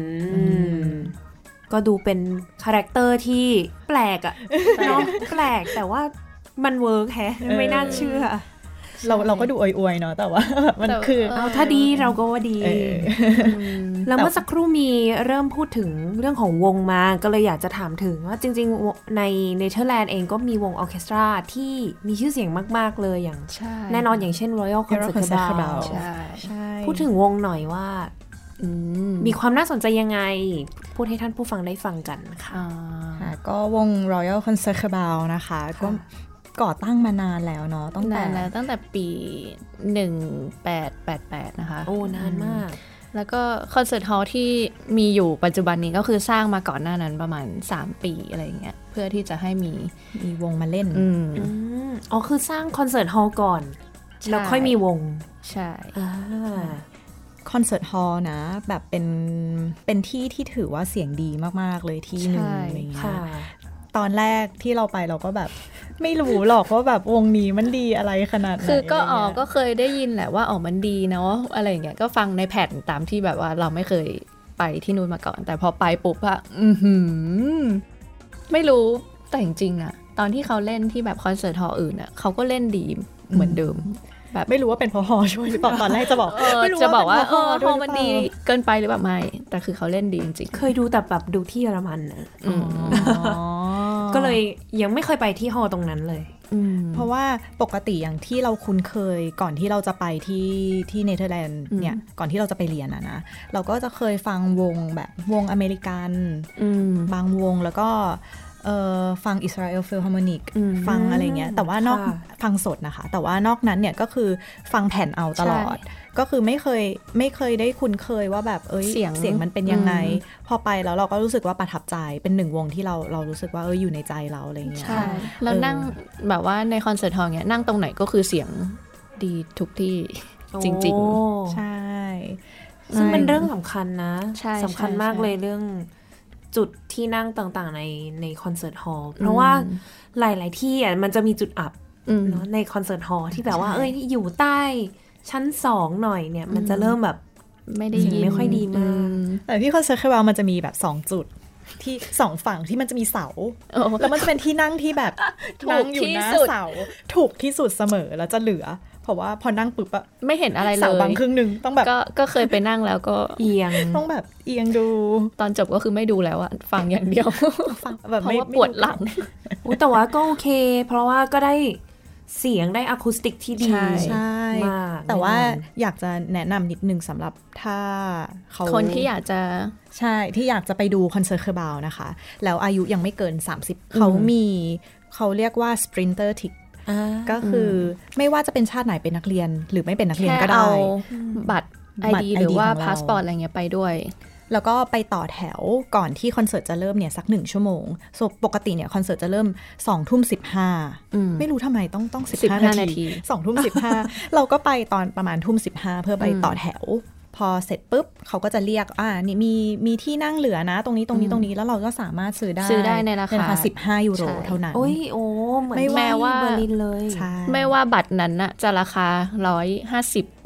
ก็ดูเป็นคาแรคเตอร์ที่แปลกอะเนาะแปลกแต่ว่ามันเวิร์กแฮะไม่น่าเชื่อเราเราก็ดูอวยๆเนาะแต่ว่ามันคือเอาถ้าดีเราก็ว่าดีแล้วเมื่อสักครู่มีเริ่มพูดถึงเรื่องของวงมาก็เลยอยากจะถามถึงว่าจริงๆในเนเธอร์แลนด์เองก็มีวงออร์เคสตราที่มีชื่อเสียงมากๆเลยอย่างแน่นอนอย่างเช่น Royal Concertgebouw ใช่พูดถึงวงหน่อยว่ามีความน่าสนใจยังไงพูดให้ท่านผู้ฟังได้ฟังกันค่ะก็วง Royal Concertgebouw นะคะก็ก่อตั้งมานานแล้วเนาะตั้งแต่แล้วตั้งแต่ปีหนึ่งพันแปดร้อยแปดสิบแปดนะคะโอ้นานมากแล้วก็คอนเสิร์ตฮอลล์ที่มีอยู่ปัจจุบันนี้ก็คือสร้างมาก่อนหน้านั้นประมาณสามปีอะไรอย่างเงี้ยเพื่อที่จะให้มีมีวงมาเล่นอืมอ๋อคือสร้างคอนเสิร์ตฮอลล์ก่อนแล้วค่อยมีวงใช่อ่าคอนเสิร์ตฮอลล์นะแบบเป็นเป็นที่ที่ถือว่าเสียงดีมากๆเลยที่นึงอะไรอย่างเงี้ยตอนแรกที่เราไปเราก็แบบไม่รู้หรอกว่าแบบวงนี้มันดีอะไรขนาดไหนคือก็อ๋อก็เคยได้ยินแหละว่าอ๋อมันดีเนาะอะไรอย่างเงี้ยก็ฟังในแผ่นตามที่แบบว่าเราไม่เคยไปที่นู่นมาก่อนแต่พอไปปุ๊บอะอื้อหือไม่รู้แต่จริงๆอะตอนที่เขาเล่นที่แบบคอนเสิร์ตฮอลล์อื่นอะเขาก็เล่นดีเหมือนเดิมแบบไม่รู้ว่าเป็นเพราะฮอลล์ช่วยหรือเปล่าตอนแรกจะบอกจะบอกว่าเออฮอลล์มันดีเกินไปหรือเปล่าไม่แต่คือเขาเล่นดีจริงๆเคยดูแต่แบบดูที่เยอรมันนะก็เลยยังไม่เคยไปที่ฮอลล์ตรงนั้นเลยเพราะว่าปกติอย่างที่เราคุ้นเคยก่อนที่เราจะไปที่ที่เนเธอร์แลนด์เนี่ยก่อนที่เราจะไปเรียนอะนะเราก็จะเคยฟังวงแบบวงอเมริกันบางวงแล้วก็ฟังอิสราเอลฟิลฮาร์โมนิกฟังอะไรเงี้ยแต่ว่านอกฟังสดนะคะแต่ว่านอกนั้นเนี่ยก็คือฟังแผ่นเอาตลอดก็คือไม่เคยไม่เคยได้คุ้นเคยว่าแบบเอ้ยเสียงเสียงมันเป็นยังไงพอไปแล้วเราก็รู้สึกว่าประทับใจเป็นหนึ่งวงที่เราเรารู้สึกว่าเอออยู่ในใจเราอะไรเงี้ยใช่แล้วนั่งแบบว่าในคอนเสิร์ตฮอลล์เงี้ยนั่งตรงไหนก็คือเสียงดีทุกที่จริงๆใช่ซึ่งเป็นเรื่องสำคัญนะสำคัญมากเลยเรื่องจุดที่นั่งต่างๆในในคอนเสิร์ตฮอลล์เพราะว่าหลายๆที่อ่ะมันจะมีจุดอับเนาะในคอนเสิร์ตฮอลล์ที่แบบว่าเอ้ยอยู่ใต้ชั้นสองหน่อยเนี่ยมันจะเริ่มแบบไม่ได้ยินไม่ค่อยดีมากแต่ที่คอนเสิร์ตเคว่ามันจะมีแบบสองจุดที่สองฝั่งที่มันจะมีเสาแล้วมันจะเป็นที่นั่งที่แบบนั่งอยู่หน้าเสาถูกที่สุดเสมอแล้วจะเหลือเพราะว่าพอนั่งปุ๊บอะไม่เห็นอะไรเลยเสาบางครึ่งนึงต้องแบบก็ก็เคยไปนั่งแล้วก็เอียงต้องแบบเอียงดูตอนจบก็คือไม่ดูแล้วอะฟังอย่างเดียวฟังแบบไม่ปวดหลังแต่ว่าก็โอเคเพราะว่าก็ได้เสียงได้อะคูสติกที่ดีใช่มากแต่ว่าอยากจะแนะนำนิดนึงสำหรับถ้าเขาคนที่อยากจะใช่ที่อยากจะไปดูคอนเสิร์ตเคอร์บาวนะคะแล้วอายุยังไม่เกินสามสิบเขามีเขาเรียกว่าสปรินเตอร์ทิกก็คือไม่ว่าจะเป็นชาติไหนเป็นนักเรียนหรือไม่เป็นนักเรียนก็ได้บัตร ไอ ดี หรือว่าพาสปอร์ตอะไรเงี้ยไปด้วยแล้วก็ไปต่อแถวก่อนที่คอนเสิร์ตจะเริ่มเนี่ยสักหนึ่งชั่วโมงปกติเนี่ยคอนเสิร์ตจะเริ่มสองทุ่มสิบห้าไม่รู้ทำไมต้องต้องสิบห้านาทีสองทุ่มสิบห้าเราก็ไปตอนประมาณทุ่มสิบห้าเพื่อไปต่อแถวพอเสร็จปุ๊บเขาก็จะเรียกอ่านี่มีมีที่นั่งเหลือนะตรงนี้ตรงนี้ตรงนี้แล้วเราก็สามารถซื้อได้ซื้อได้ในราคาสิบห้ายูโรเท่านั้นโอ้ยโอ้เหมือนแม้ว่าเบอร์ลินเลยไม่ว่าบัตรนั้นน่ะจะราคาหนึ่งร้อยห้าสิบ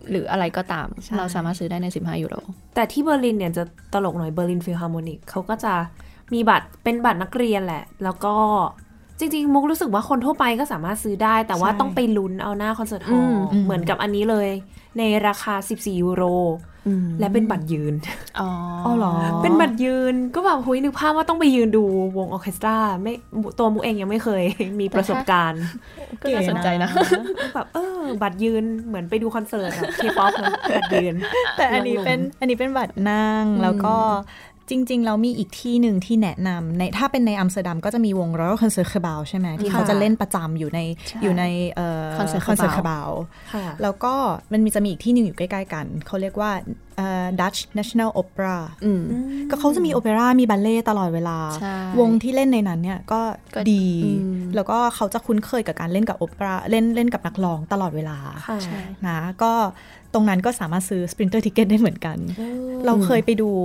หรืออะไรก็ตามเราสามารถซื้อได้ในสิบห้ายูโรแต่ที่เบอร์ลินเนี่ยจะตลกหน่อยเบอร์ลินฟิลฮาร์โมนิกเขาก็จะมีบัตรเป็นบัตรนักเรียนแหละแล้วก็จริงๆมุกรู้สึกว่าคนทั่วไปก็สามารถซื้อได้แต่ว่าต้องไปลุ้นเอาหน้าคอนเสิร์ตฮอลล์เหมือนกับอันนี้เลยในราคาสิบสี่ยูโรและเป็นบัตรยืนอ๋ออ๋อเหรอเป็นบัตรยืนก็แบบเฮ้ยนึกภาพว่าต้องไปยืนดูวงออร์เคสตราไม่ตัวมุกเองยังไม่เคยมีประสบการณ์ก็น่าสนใจนะแบบเออบัตรยืนเหมือนไปดูคอนเสิร์ตอะเคป๊อปบัตรยืนแต่อันนี้เป็นอันนี้เป็นบัตรนั่งแล้วก็จริงๆแล้วมีอีกที่หนึ่งที่แนะนำในถ้าเป็นในอัมสเตอร์ดัมก็จะมีวง Royal Concertgebouw ใช่ไหมที่เขาจะเล่นประจำอยู่ในอยู่ในคอนเสิร์ต Concertgebouw แล้วก็มันมีจะมีอีกที่หนึ่งอยู่ใกล้ๆกันเขาเรียกว่า Dutch National Opera ก็เขาจะมีโอเปร่ามีบัลเล่ตลอดเวลาวงที่เล่นในนั้นเนี่ยก็ดีแล้วก็เขาจะคุ้นเคยกับการเล่นกับโอเปร่าเล่นเล่นกับนักร้องตลอดเวลานะก็ตรงนั้นก็สามารถซื้อ Sprinter Ticket ได้เหมือนกันเราเคยไปดู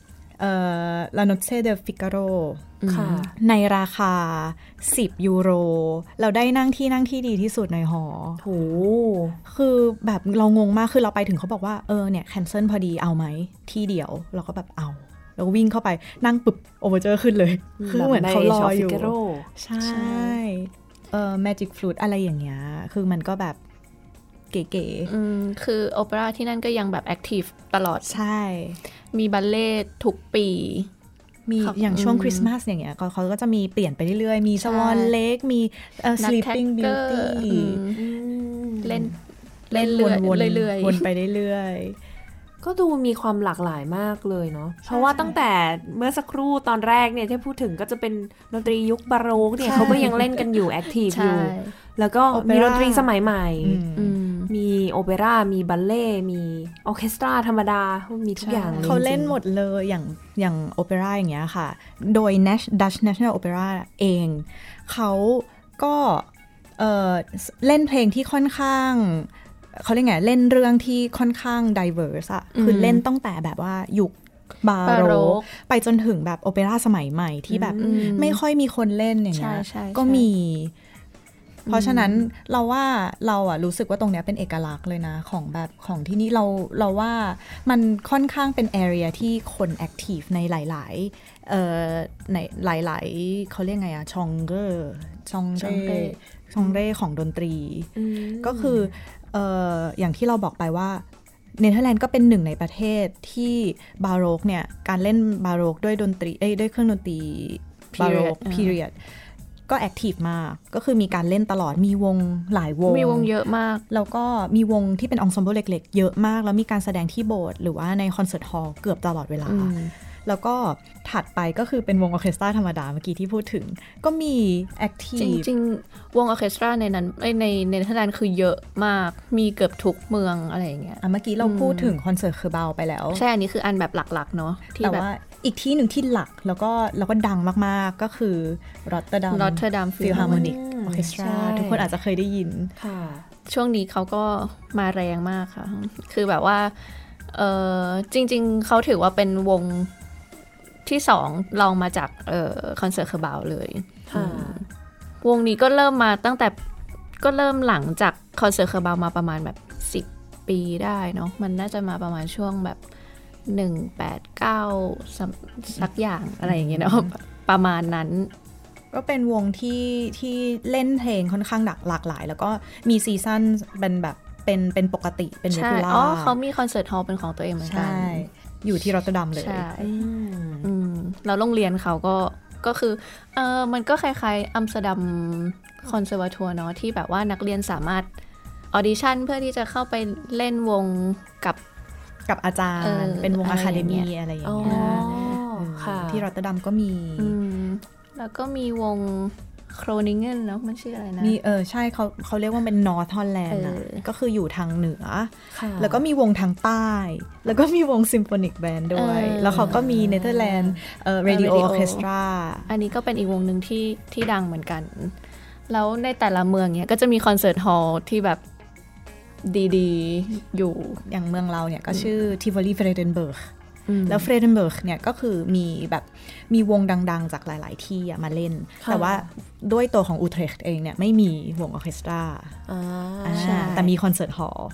La Noche del Figaro ในราคาสิบยูโรเราได้นั่งที่นั่งที่ดีที่สุดในหอโหคือแบบเรางงมากคือเราไปถึงเขาบอกว่าเออเนี่ยแคนเซิลพอดีเอาไหมที่เดียวเราก็แบบเอาแล้ววิ่งเข้าไปนั่งปึ๊บโอเวอร์เจอร์ขึ้นเลยคือเหมือนเขารออยู่ใช่เออ Magic Flute อะไรอย่างเงี้ยคือมันก็แบบเก๋ๆอืมคือโอเปร่าที่นั่นก็ยังแบบแอคทีฟตลอดใช่มีบัลเล่ทุกปีมีอย่างช่วงคริสต์มาสอย่างเงี้ยเขาก็จะมีเปลี่ยนไปเรื่อยๆมีสวอนเล็กมี Sleeping Beauty เล่นเล่นวนๆเรื่อยๆวนไปเรื่อยๆก็ดูมีความหลากหลายมากเลยเนาะเพราะว่าตั้งแต่เมื่อสักครู่ตอนแรกเนี่ยที่พูดถึงก็จะเป็นดนตรียุคบาโรกเนี่ยเขาก็ยังเล่นกันอยู่แอคทีฟอยู่แล้วก็มีดนตรีสมัยใหม่มีโอเปร่ามีบัลเล่มีออร์เคสตราธรรมดามีทุกอย่างเขาเล่นหมดเลยอย่างอย่างโอเปร่าอย่างเงี้ยค่ะโดย Dutch National Opera เองเขาก็เอ่อเล่นเพลงที่ค่อนข้างเขาเรียกไงเล่นเรื่องที่ค่อนข้าง diverse อะคือเล่นตั้งแต่แบบว่ายุคบาโรกไปจนถึงแบบโอเปร่าสมัยใหม่ที่แบบไม่ค่อยมีคนเล่นอย่างเงี้ยก็มีเพราะฉะนั้นเราว่าเราอ่ะรู้สึกว่าตรงเนี้ยเป็นเอกลักษณ์เลยนะของแบบของที่นี่เราเราว่ามันค่อนข้างเป็น area ที่คนแอคทีฟในหลายๆเอ่อในหลายๆเขาเรียกไงอะชองเกอร์ชองเร่ชองเร่ของดนตรีก็คือเอ่ออย่างที่เราบอกไปว่าเนเธอร์แลนด์ก็เป็นหนึ่งในประเทศที่บาโรกเนี่ยการเล่นบาโรกด้วยดนตรีเอ้ยด้วยเครื่องดนตรีบาโรก periodก็แอคทีฟมากก็คือมีการเล่นตลอดมีวงหลายวงมีวงเยอะมากแล้วก็มีวงที่เป็นองซอมเบิลเล็กๆเยอะมากแล้วมีการแสดงที่โบสถ์หรือว่าในคอนเสิร์ตฮอลล์เกือบตลอดเวลาแล้วก็ถัดไปก็คือเป็นวงออร์เคสตราธรรมดาเมื่อกี้ที่พูดถึงก็มีแอคทีฟจริงๆวงออร์เคสตราในนั้นในเนเธอร์แลนด์คือเยอะมากมีเกือบทุกเมืองอะไรอย่างเงี้ยเมื่อกี้เราพูดถึงคอนเสิร์ตGebouwไปแล้วใช่อันนี้คืออันแบบหลักๆเนาะแต่ว่าอีกที่หนึ่งที่หลักแล้วก็แล้วก็ดังมากๆก็คือรอตเตอร์ดัมรอตเตอร์ดัมฟิลฮาร์โมนิกออร์เคสตราทุกคนอาจจะเคยได้ยินค่ะช่วงนี้เขาก็มาแรงมากค่ะคือแบบว่าเออจริงๆเขาถือว่าเป็นวงที่สองลองมาจากเอ่อคอนเสิร์ตGebouwเลยวงนี้ก็เริ่มมาตั้งแต่ก็เริ่มหลังจากคอนเสิร์ตGebouwมาประมาณแบบสิบปีได้เนาะมันน่าจะมาประมาณช่วงแบบหนึ่งแปดเก้าสักอย่างอะไรอย่างเงี้ยเนาะประมาณนั้นก็เป็นวงที่ที่เล่นเพลงค่อนข้างหลากหลายแล้วก็มีซีซั่นเป็นแบบเป็นเป็นปกติเป็นเรกูล่าอ๋อเขามีคอนเสิร์ตฮอลล์เป็นของตัวเองเหมือนกันอยู่ที่รอตเตอร์ดัมเลยใช่แล้วโรงเรียนเขาก็ก็คือเออมันก็คล้ายๆอัมสเตอร์ดัมคอนเสิร์ตทัวร์เนาะที่แบบว่านักเรียนสามารถออดิชั่นเพื่อที่จะเข้าไปเล่นวงกับกับอาจารย์เป็นวงอะคาเดมีอะไรอย่างเงี้ยที่รอตเตอร์ดัมก็มีแล้วก็มีวงโครนิงเกนเนาะมันชื่ออะไรนะมีเออใช่เขาเขาเรียกว่าเป็นนอร์ทฮอลแลนด์นะก็คืออยู่ทางเหนือแล้วก็มีวงทางใต้แล้วก็มีวงซิมโฟนิกแบนด์ด้วยแล้วเขาก็มีเนเธอร์แลนด์เอ่อเรดิโอออร์เคสตราอันนี้ก็เป็นอีกวงหนึ่งที่ที่ดังเหมือนกันแล้วในแต่ละเมืองเนี้ยก็จะมีคอนเสิร์ตฮอลล์ที่แบบดีๆอยู่อย่างเมืองเราเนี่ยก็ชื่อทิฟอลีเฟรเดนเบิร์กแล้วเฟรเดนเบิร์กเนี่ยก็คือมีแบบมีวงดังๆจากหลายๆที่มาเล่นแต่ว่าด้วยตัวของอูเทรคเองเนี่ยไม่มีวงออร์เคสตราแต่มีคอนเสิร์ตฮอลล์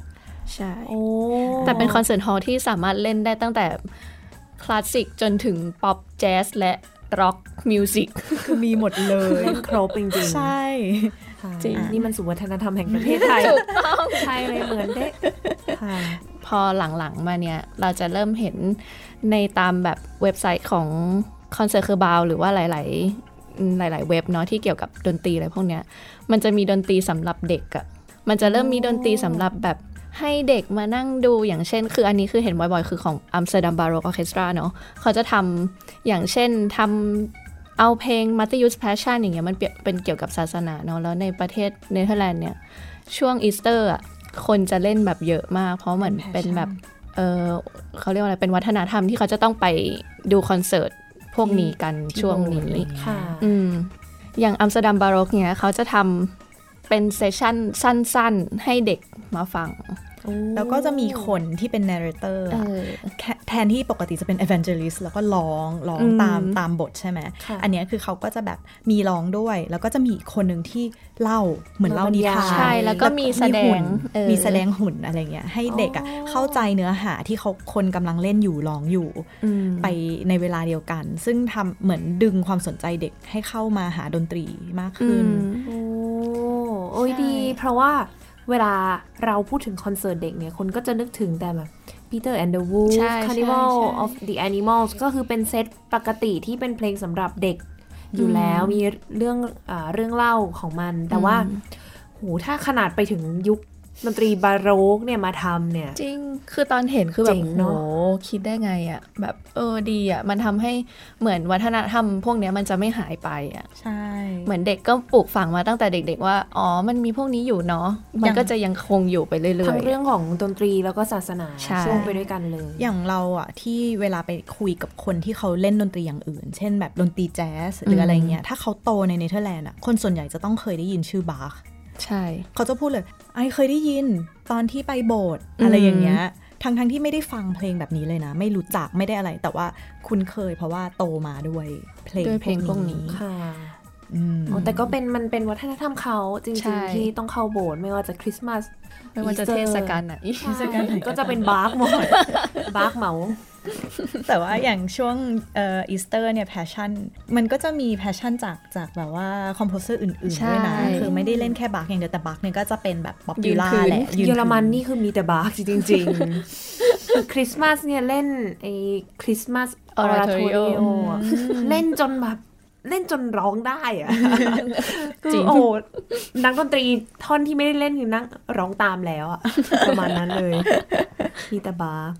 ใช่แต่เป็นคอนเสิร์ตฮอลล์ที่สามารถเล่นได้ตั้งแต่คลาสสิกจนถึงป๊อปแจ๊สและร็อกมิวสิกคือมีหมดเลยเล่นครบจริงๆใช่จริงนี่มันสู่วัฒนธรรมแห่งประเทศไทยใช่เลยเหมือนเด้พอหลังๆมาเนี่ยเราจะเริ่มเห็นในตามแบบเว็บไซต์ของคอนเสิร์ตเคอร์บาวหรือว่าหลายๆหลายๆเว็บเนาะที่เกี่ยวกับดนตรีอะไรพวกเนี้ยมันจะมีดนตรีสำหรับเด็กอะมันจะเริ่มมีดนตรีสำหรับแบบให้เด็กมานั่งดูอย่างเช่นคืออันนี้คือเห็นบ่อยๆคือของ Amsterdam Baroque Orchestra เนาะเขาจะทำอย่างเช่นทำเอาเพลง Matthäus Passion อย่างเงี้ยมันเป็นเกี่ยวกับศาสนาเนาะแล้วในประเทศเนเธอร์แลนด์เนี่ยช่วงอีสเตอร์อะคนจะเล่นแบบเยอะมากเพราะเหมือนเป็นแบบเออเขาเรียกว่าอะไรเป็นวัฒนธรรมที่เขาจะต้องไปดูคอนเสิร์ตพวกนี้กันช่วงนี้อืมอย่าง Amsterdam Baroque เนี่ยเขาจะทำเป็นเซสชั่นสั้นๆให้เด็กมาฟังแล้วก็จะมีคนที่เป็น narrator แทนที่ปกติจะเป็น evangelist แล้วก็ร้องร้องตามตามบทใช่ไหมอันนี้คือเขาก็จะแบบมีร้องด้วยแล้วก็จะมีคนหนึ่งที่เล่าเหมือนเล่านิทานใช่แล้วก็มีแสดงมีแสดงหุ่นอะไรเงี้ยให้เด็กอ่ะเข้าใจเนื้อหาที่เขาคนกำลังเล่นอยู่ร้องอยู่ไปในเวลาเดียวกันซึ่งทำเหมือนดึงความสนใจเด็กให้เข้ามาหาดนตรีมากขึ้นโอ้โอ้ยดีเพราะว่าเวลาเราพูดถึงคอนเสิร์ตเด็กเนี่ยคนก็จะนึกถึงแต่แบบ Peter and the Wolf Carnival of the Animals ก็คือเป็นเซตปกติที่เป็นเพลงสำหรับเด็กอยู่แล้วมีเรื่องอ่าเรื่องเล่าของมันแต่ว่าโหถ้าขนาดไปถึงยุคดนตรีบาโรกเนี่ยมาทำเนี่ยจริงคือตอนเห็นคือแบบโหคิดได้ไงอ่ะแบบเออดีอ่ะมันทำให้เหมือนวัฒนธรรมพวกนี้มันจะไม่หายไปอ่ะใช่เหมือนเด็กก็ปลูกฝังมาตั้งแต่เด็กๆว่าอ๋อมันมีพวกนี้อยู่เนาะมันก็จะยังคงอยู่ไปเรื่อยๆทั้งเรื่องของดนตรีแล้วก็ศาสนาช่วงไปด้วยกันเลยอย่างเราอ่ะที่เวลาไปคุยกับคนที่เขาเล่นดนตรีอย่างอื่นเช่นแบบดนตรีแจ๊สหรืออะไรเงี้ยถ้าเขาโตในเนเธอร์แลนด์อ่ะคนส่วนใหญ่จะต้องเคยได้ยินชื่อบาคใช่เขาจะพูดเลยไอเคยได้ยินตอนที่ไปโบสถ์อะไรอย่างเงี้ยทั้งทั้งที่ไม่ได้ฟังเพลงแบบนี้เลยนะไม่รู้จักไม่ได้อะไรแต่ว่าคุณเคยเพราะว่าโตมาด้วยเพลงพวกนี้ค่ะแต่ก็เป็นมันเป็นวัฒนธรรมเขาจริงๆที่ต้องเข้าโบสถ์ไม่ว่าจะคริสต์มาสไม่ว่าจะเทศกาลไหนก็จะเป็นบาร์กหมดบาร์กเหมาแต่ว่าอย่างช่วงเอ่ออีสเตอร์เนี่ยแพชชั่นมันก็จะมีแพชชั่นจากจากแบบว่าคอมโพเซอร์อื่นๆด้วยนะคือไม่ได้เล่นแค่บาร์กอย่างเดียวแต่บาร์กเนี่ยก็จะเป็นแบบป๊อปปูล่าแหละเยอรมันนี่คือมีแต่บาร์กจริงๆคือคริสต์มาสเนี่ยเล่นไอ้คริสต์มาสออราโทริโอเล่นจนแบบเล่นจนร้องได้อะจริงโอ้นักดนตรีท่อนที่ไม่ได้เล่นคือนั่งร้องตามแล้วอะประมาณนั้นเลยมีแต่บาร์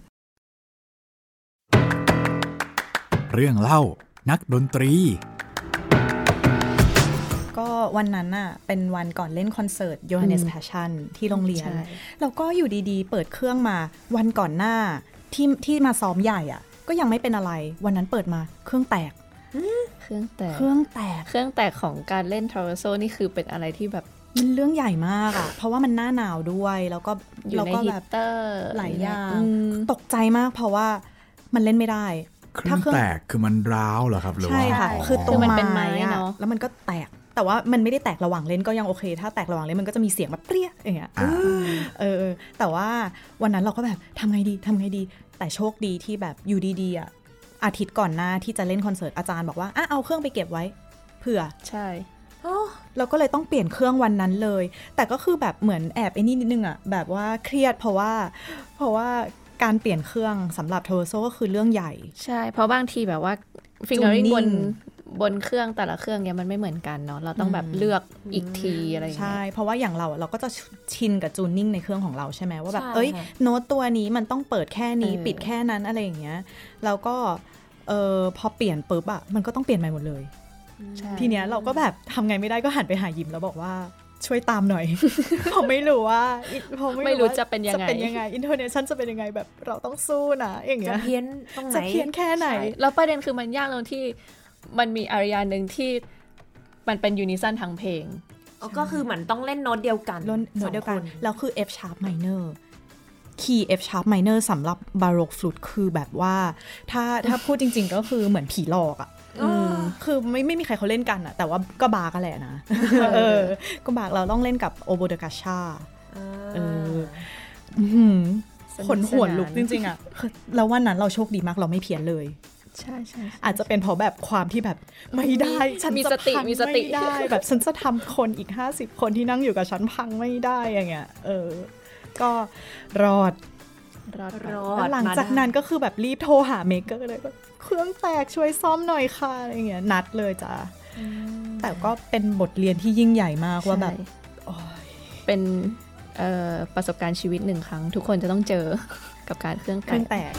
เรื่องเล่านักดนตรีก็วันนั้นน่ะเป็นวันก่อนเล่นคอนเสิร์ต Johannes Passion ที่โรงเรียนแล้วก็อยู่ดีๆเปิดเครื่องมาวันก่อนหน้าที่ที่มาซ้อมใหญ่อ่ะก็ยังไม่เป็นอะไรวันนั้นเปิดมาเครื่องแตกเครื่องแตกเครื่องแตกเครื่องแตกของการเล่นทรอโซนี่คือเป็นอะไรที่แบบมันเรื่องใหญ่มากอ่ะเพราะว่ามันหน้าหนาวด้วยแล้วก็เราก็แบบหลายอย่างตกใจมากเพราะว่ามันเล่นไม่ได้เครื่องแตกคือมันร้าวเหรอครับหรือว่าใช่ค่ะคือตัวมันเป็นไม้เนาะแล้วมันก็แตกแต่ว่ามันไม่ได้แตกระหว่างเล่นก็ยังโอเคถ้าแตกระหว่างเล่นมันก็จะมีเสียงแบบเปรี้ยอย่างเงี้ยเออแต่ว่าวันนั้นเราก็แบบทำไงดีทำไงดีแต่โชคดีที่แบบอยู่ดีๆอ่ะอาทิตย์ก่อนหน้าที่จะเล่นคอนเสิร์ตอาจารย์บอกว่าอ่ะเอาเครื่องไปเก็บไว้เผื่อใช่เราก็เลยต้องเปลี่ยนเครื่องวันนั้นเลยแต่ก็คือแบบเหมือนแอบไอ้นี่นิดนึงอ่ะแบบว่าเครียดเพราะว่าเพราะว่าการเปลี่ยนเครื่องสำหรับโทรโซก็คือเรื่องใหญ่ใช่เพราะบางทีแบบว่าฟิงเกอริงบนบนเครื่องแต่ละเครื่องเนี่ยมันไม่เหมือนกันเนาะเราต้องแบบเลือกอีกทีอะไรอย่างเงี้ยใช่เพราะว่าอย่างเราเราก็จะชินกับจูนนิ่งในเครื่องของเราใช่ไหมว่าแบบเอ้ยโน้ตตัวนี้มันต้องเปิดแค่นี้ปิดแค่นั้นอะไรอย่างเงี้ยแล้วก็เออพอเปลี่ยนปุ๊บอะมันก็ต้องเปลี่ยนใหม่หมดเลยทีเนี้ยเราก็แบบทำไงไม่ได้ก็หันไปหายิมแล้วบอกว่าช่วยตามหน่อย เพราะไม่รู้ว่าเพราะไม่รู้จะเป็นยังไงจะเป็นยังไงอินโทเนชันจะเป็นยังไงแบบเราต้องสู้นะอย่างเงี้ยจะเพี้ยนตรงไหนจะเพี้ยนแค่ไหนแล้วประเด็นคือมันยากตรงที่มันมีอารียานึงที่มันเป็นยูนิซันทั้งเพลงก็คือเหมือนต้องเล่นโน้ตเดียวกันโน้ตเดียวกันแล้วคือ F sharp minor คีย์ F sharp minor สำหรับ Baroque flute คือแบบว่าถ้าถ้าพูดจริงๆก็คือเหมือนผีหลอกอ่ะคือไม่ไม่มีใครเขาเล่นกันอะแต่ว่าก็บาร์กันแหละนะเออก็บาร์เราต้องเล่นกับโอโบเดกาชาเออขนหวนลุกจริงๆอ่ะแล้ววันนั้นเราโชคดีมากเราไม่เพี้ยนเลยใช่ใช่อาจจะเป็นเพราะแบบความที่แบบไม่ได้ฉันจะพังไม่ได้แบบฉันจะทำคนอีกห้าสิบคนที่นั่งอยู่กับฉันพังไม่ได้อย่างเงี้ยเออก็รอดรอดรอดหลังจากนั้นก็คือแบบรีบโทรหาเมเกอร์เลยแบบเครื่องแตกช่วยซ่อมหน่อยค่ะอะไรเงี้ยนัดเลยจ้ะแต่ก็เป็นบทเรียนที่ยิ่งใหญ่มากว่าแบบเป็นประสบการณ์ชีวิตหนึ่งครั้งทุกคนจะต้องเจอกับการเครื่องแตก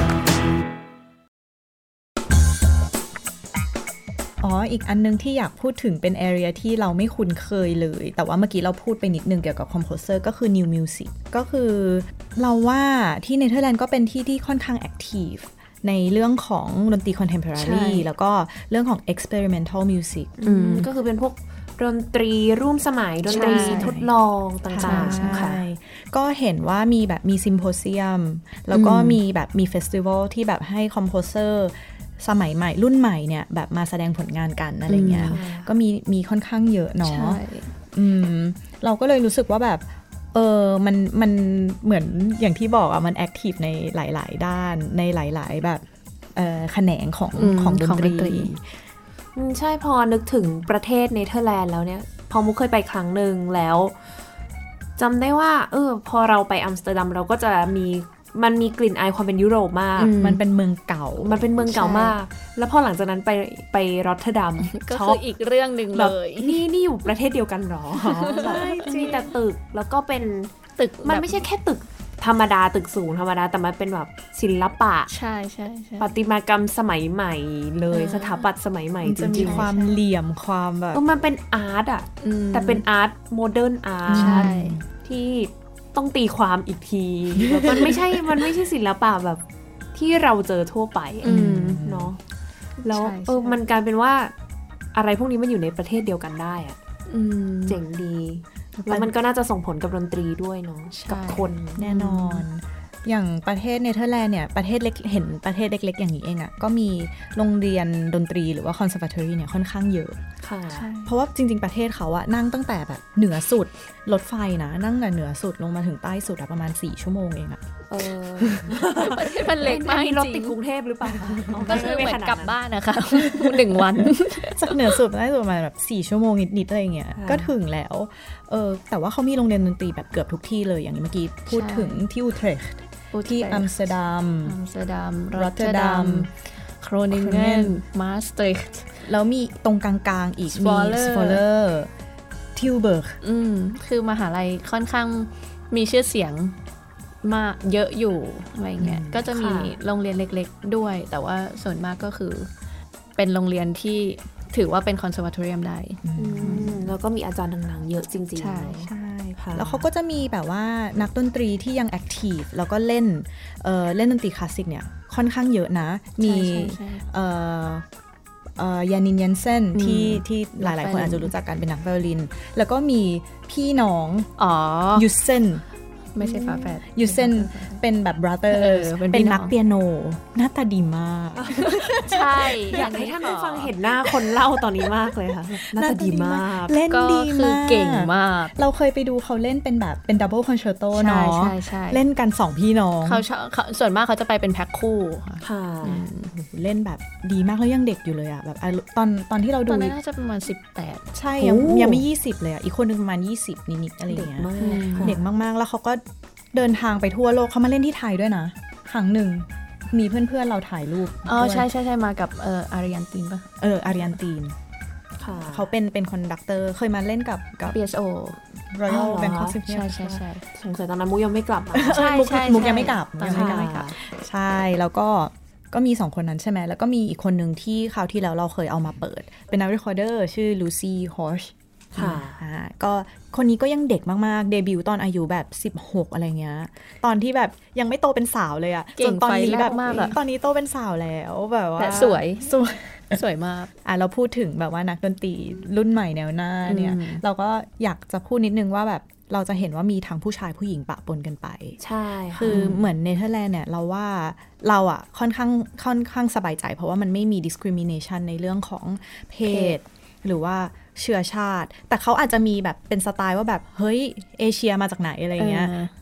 อ๋ออีกอันนึงที่อยากพูดถึงเป็น area ที่เราไม่คุ้นเคยเลยแต่ว่าเมื่อกี้เราพูดไปนิดนึงเกี่ยวกับ composer ก็คือ new music ก็คือเราว่าที่เนเธอร์แลนด์ก็เป็นที่ที่ค่อนข้าง active ในเรื่องของดนตรี contemporary แล้วก็เรื่องของ experimental music ก็คือเป็นพวกดนตรีร่วมสมัยดนตรีทดลองต่างๆค่ะก็เห็นว่ามีแบบมีซิมโพเซียมแล้วก็มีแบบมีเฟสติวัลที่แบบให้คอมโพเซอร์สมัยใหม่รุ่นใหม่เนี่ยแบบมาแสดงผลงานกันอะไรเงี้ยก็มีมีค่อนข้างเยอะเนาะอืมเราก็เลยรู้สึกว่าแบบเออมันมันเหมือนอย่างที่บอกอะมันแอคทีฟในหลายๆด้านในหลายๆแบบเอ่อแขนงของของดนตรีใช่พอนึกถึงประเทศเนเธอร์แลนด์แล้วเนี่ยพอมุกเคยไปครั้งหนึ่งแล้วจำได้ว่าเออพอเราไปอัมสเตอร์ดัมเราก็จะมีมันมีกลิ่นอายความเป็นยุโรปมากมันเป็นเมืองเก่ามันเป็นเมืองเก่ามากแล้วพอหลังจากนั้นไปไปรอตเทอร์ดัมก็คืออีกเรื่องนึงเลยนี่นี่อยู่ประเทศเดียวกันหรอใช่มีแต่ตึกแล้วก็เป็นตึกมันไม่ใช่แค่ตึกธรรมดาตึกสูงธรรมดาแต่มันเป็นแบบศิลปะใช่ใช่ประติมากรรมสมัยใหม่เลยสถาปัตย์สมัยใหม่จริงๆจะมีความเหลี่ยมความแบบมันเป็นอาร์ตอ่ะแต่เป็นอาร์ตโมเดิร์นอาร์ตที่ต้องตีความอีกทีมันไม่ใช่มันไม่ใช่ศิลปะแบบที่เราเจอทั่วไปเนาะแล้วเออมันกลายเป็นว่าอะไรพวกนี้มันอยู่ในประเทศเดียวกันได้อ่ะเจ๋งดีแล้วมันก็น่าจะส่งผลกับดนตรีด้วยเนาะกับคนแน่นอนอย่างประเทศเนเธอร์แลนด์เนี่ยประเทศเล็กเห็นประเทศเล็กๆอย่างนี้เองอ่ะก็มีโรงเรียนดนตรีหรือว่าคอนเสิร์ตอรี่เนี่ยค่อนข้างเยอะเพราะว่าจริงๆประเทศเขาอะนั่งตั้งแต่แบบเหนือสุดรถไฟนะนั่งแต่เหนือสุดลงมาถึงใต้สุดอะประมาณสี่ชั่วโมงเองอะเออประเทศมันเล็กมากรถติดกรุงเทพหรือเปล่าก็คือเหมือนกลับบ้านนะคะหนึ่งวันจากเหนือสุดใต้สุดมาแบบสี่ชั่วโมงนิดๆอะไรเงี้ยก็ถึงแล้วเออแต่ว่าเขามีโรงเรียนดนตรีแบบเกือบทุกที่เลยอย่างนี้เมื่อกี้พูดถึงที่อูเทรคท์ที่อัมสเตอร์ดัมอัมสเตอร์ดัมรอตเตอร์ดัมโครนิงเกนมาสเตริกต์แล้วมีตรงกลางๆอีกมีสโฟเลอร์ทิลเบิร์กอืมคือมหาลัยค่อนข้างมีชื่อเสียงมาเยอะอยู่อะไรเงี้ยก็จะมีโรงเรียนเล็กๆด้วยแต่ว่าส่วนมากก็คือเป็นโรงเรียนที่ถือว่าเป็นคอนเสิร์ตอรี่ได้แล้วก็มีอาจารย์ดังๆเยอะจริงๆใช่ใช่แล้วเขาก็จะมีแบบว่านักดนตรีที่ยังแอคทีฟแล้วก็เล่นเอ่อเล่นดนตรีคลาสสิกเนี่ยค่อนข้างเยอะนะมีเอ่อเอ่อยานินยันเซนที่ที่หลายๆคนอาจจะรู้จักกันเป็นนักไวโอลินแล้วก็มีพี่น้องอ๋อยูเซนไม่ใช่ฝาแฝดยูเซนเป็นแบบ brother เป็นนักเปียโนหน้าตาดีมากใช่อยากให้ท่านผู้ฟังเห็นหน้าคนเล่าตอนนี้มากเลยค่ะหน้าตาดีมากเล่นดีมากเก่งมากเราเคยไปดูเขาเล่นเป็นแบบเป็น double concerto เนาะเล่นกันสองพี่น้องเขาส่วนมากเขาจะไปเป็นแพ็คคู่ค่ะเล่นแบบดีมากแล้วยังเด็กอยู่เลยอะแบบตอนตอนที่เราดูตอนนั้นน่าจะประมาณสิบแปดใช่ยังยังไม่ยี่สิบเลยอะอีกคนนึงประมาณยี่สิบนิดๆอะไรอย่างเงี้ยเด็กมากๆแล้วเขาก็เดินทางไปทั่วโลกเขามาเล่นที่ไทยด้วยนะครั้งหนึ่งมีเพื่อนๆเราถ่ายรูปอ๋อใช่ใช่ใช่มากับเอ่ออาริยันตีนป่ะเอออาริยันตีนค่ะเขาเป็นเป็นคอนดักเตอร์เคยมาเล่นกับกับพี เอส โอ Royal Bangkok Symphony ใช่ใช่ใช่สงสัยตอนนั้นมุกยังไม่กลับใช่ใช่มุกยังไม่กลับยังไม่กลับใช่แล้วก็ก็มีสองคนนั้นใช่ไหมแล้วก็มีอีกคนหนึ่งที่คราวที่แล้วเราเคยเอามาเปิดเป็นนักเรคคอร์เดอร์ชื่อลูซี่ฮอชค่ะก็คนนี้ก็ยังเด็กมากๆเดบิวต์ตอนอายุแบบสิบหกอะไรเงี้ยตอนที่แบบยังไม่โตเป็นสาวเลยอะจนตอนนี้แบบตอนนี้โตเป็นสาวแล้วแบบว่าสวยสวยสวยมากอ่ะเราพูดถึงแบบว่านักดนตรีรุ่นใหม่แนวหน้าเนี่ยเราก็อยากจะพูดนิดนึงว่าแบบเราจะเห็นว่ามีทั้งผู้ชายผู้หญิงปะปนกันไปใช่คือเหมือนเนเธอร์แลนด์เนี่ยเราว่าเราอ่ะค่อนข้างค่อนข้างสบายใจเพราะว่ามันไม่มี discrimination ในเรื่องของเพศหรือว่าเชื้อชาติแต่เขาอาจจะมีแบบเป็นสไตล์ว่าแบบเฮ้ยเอเชียมาจากไหนอะไรเงี้ยก็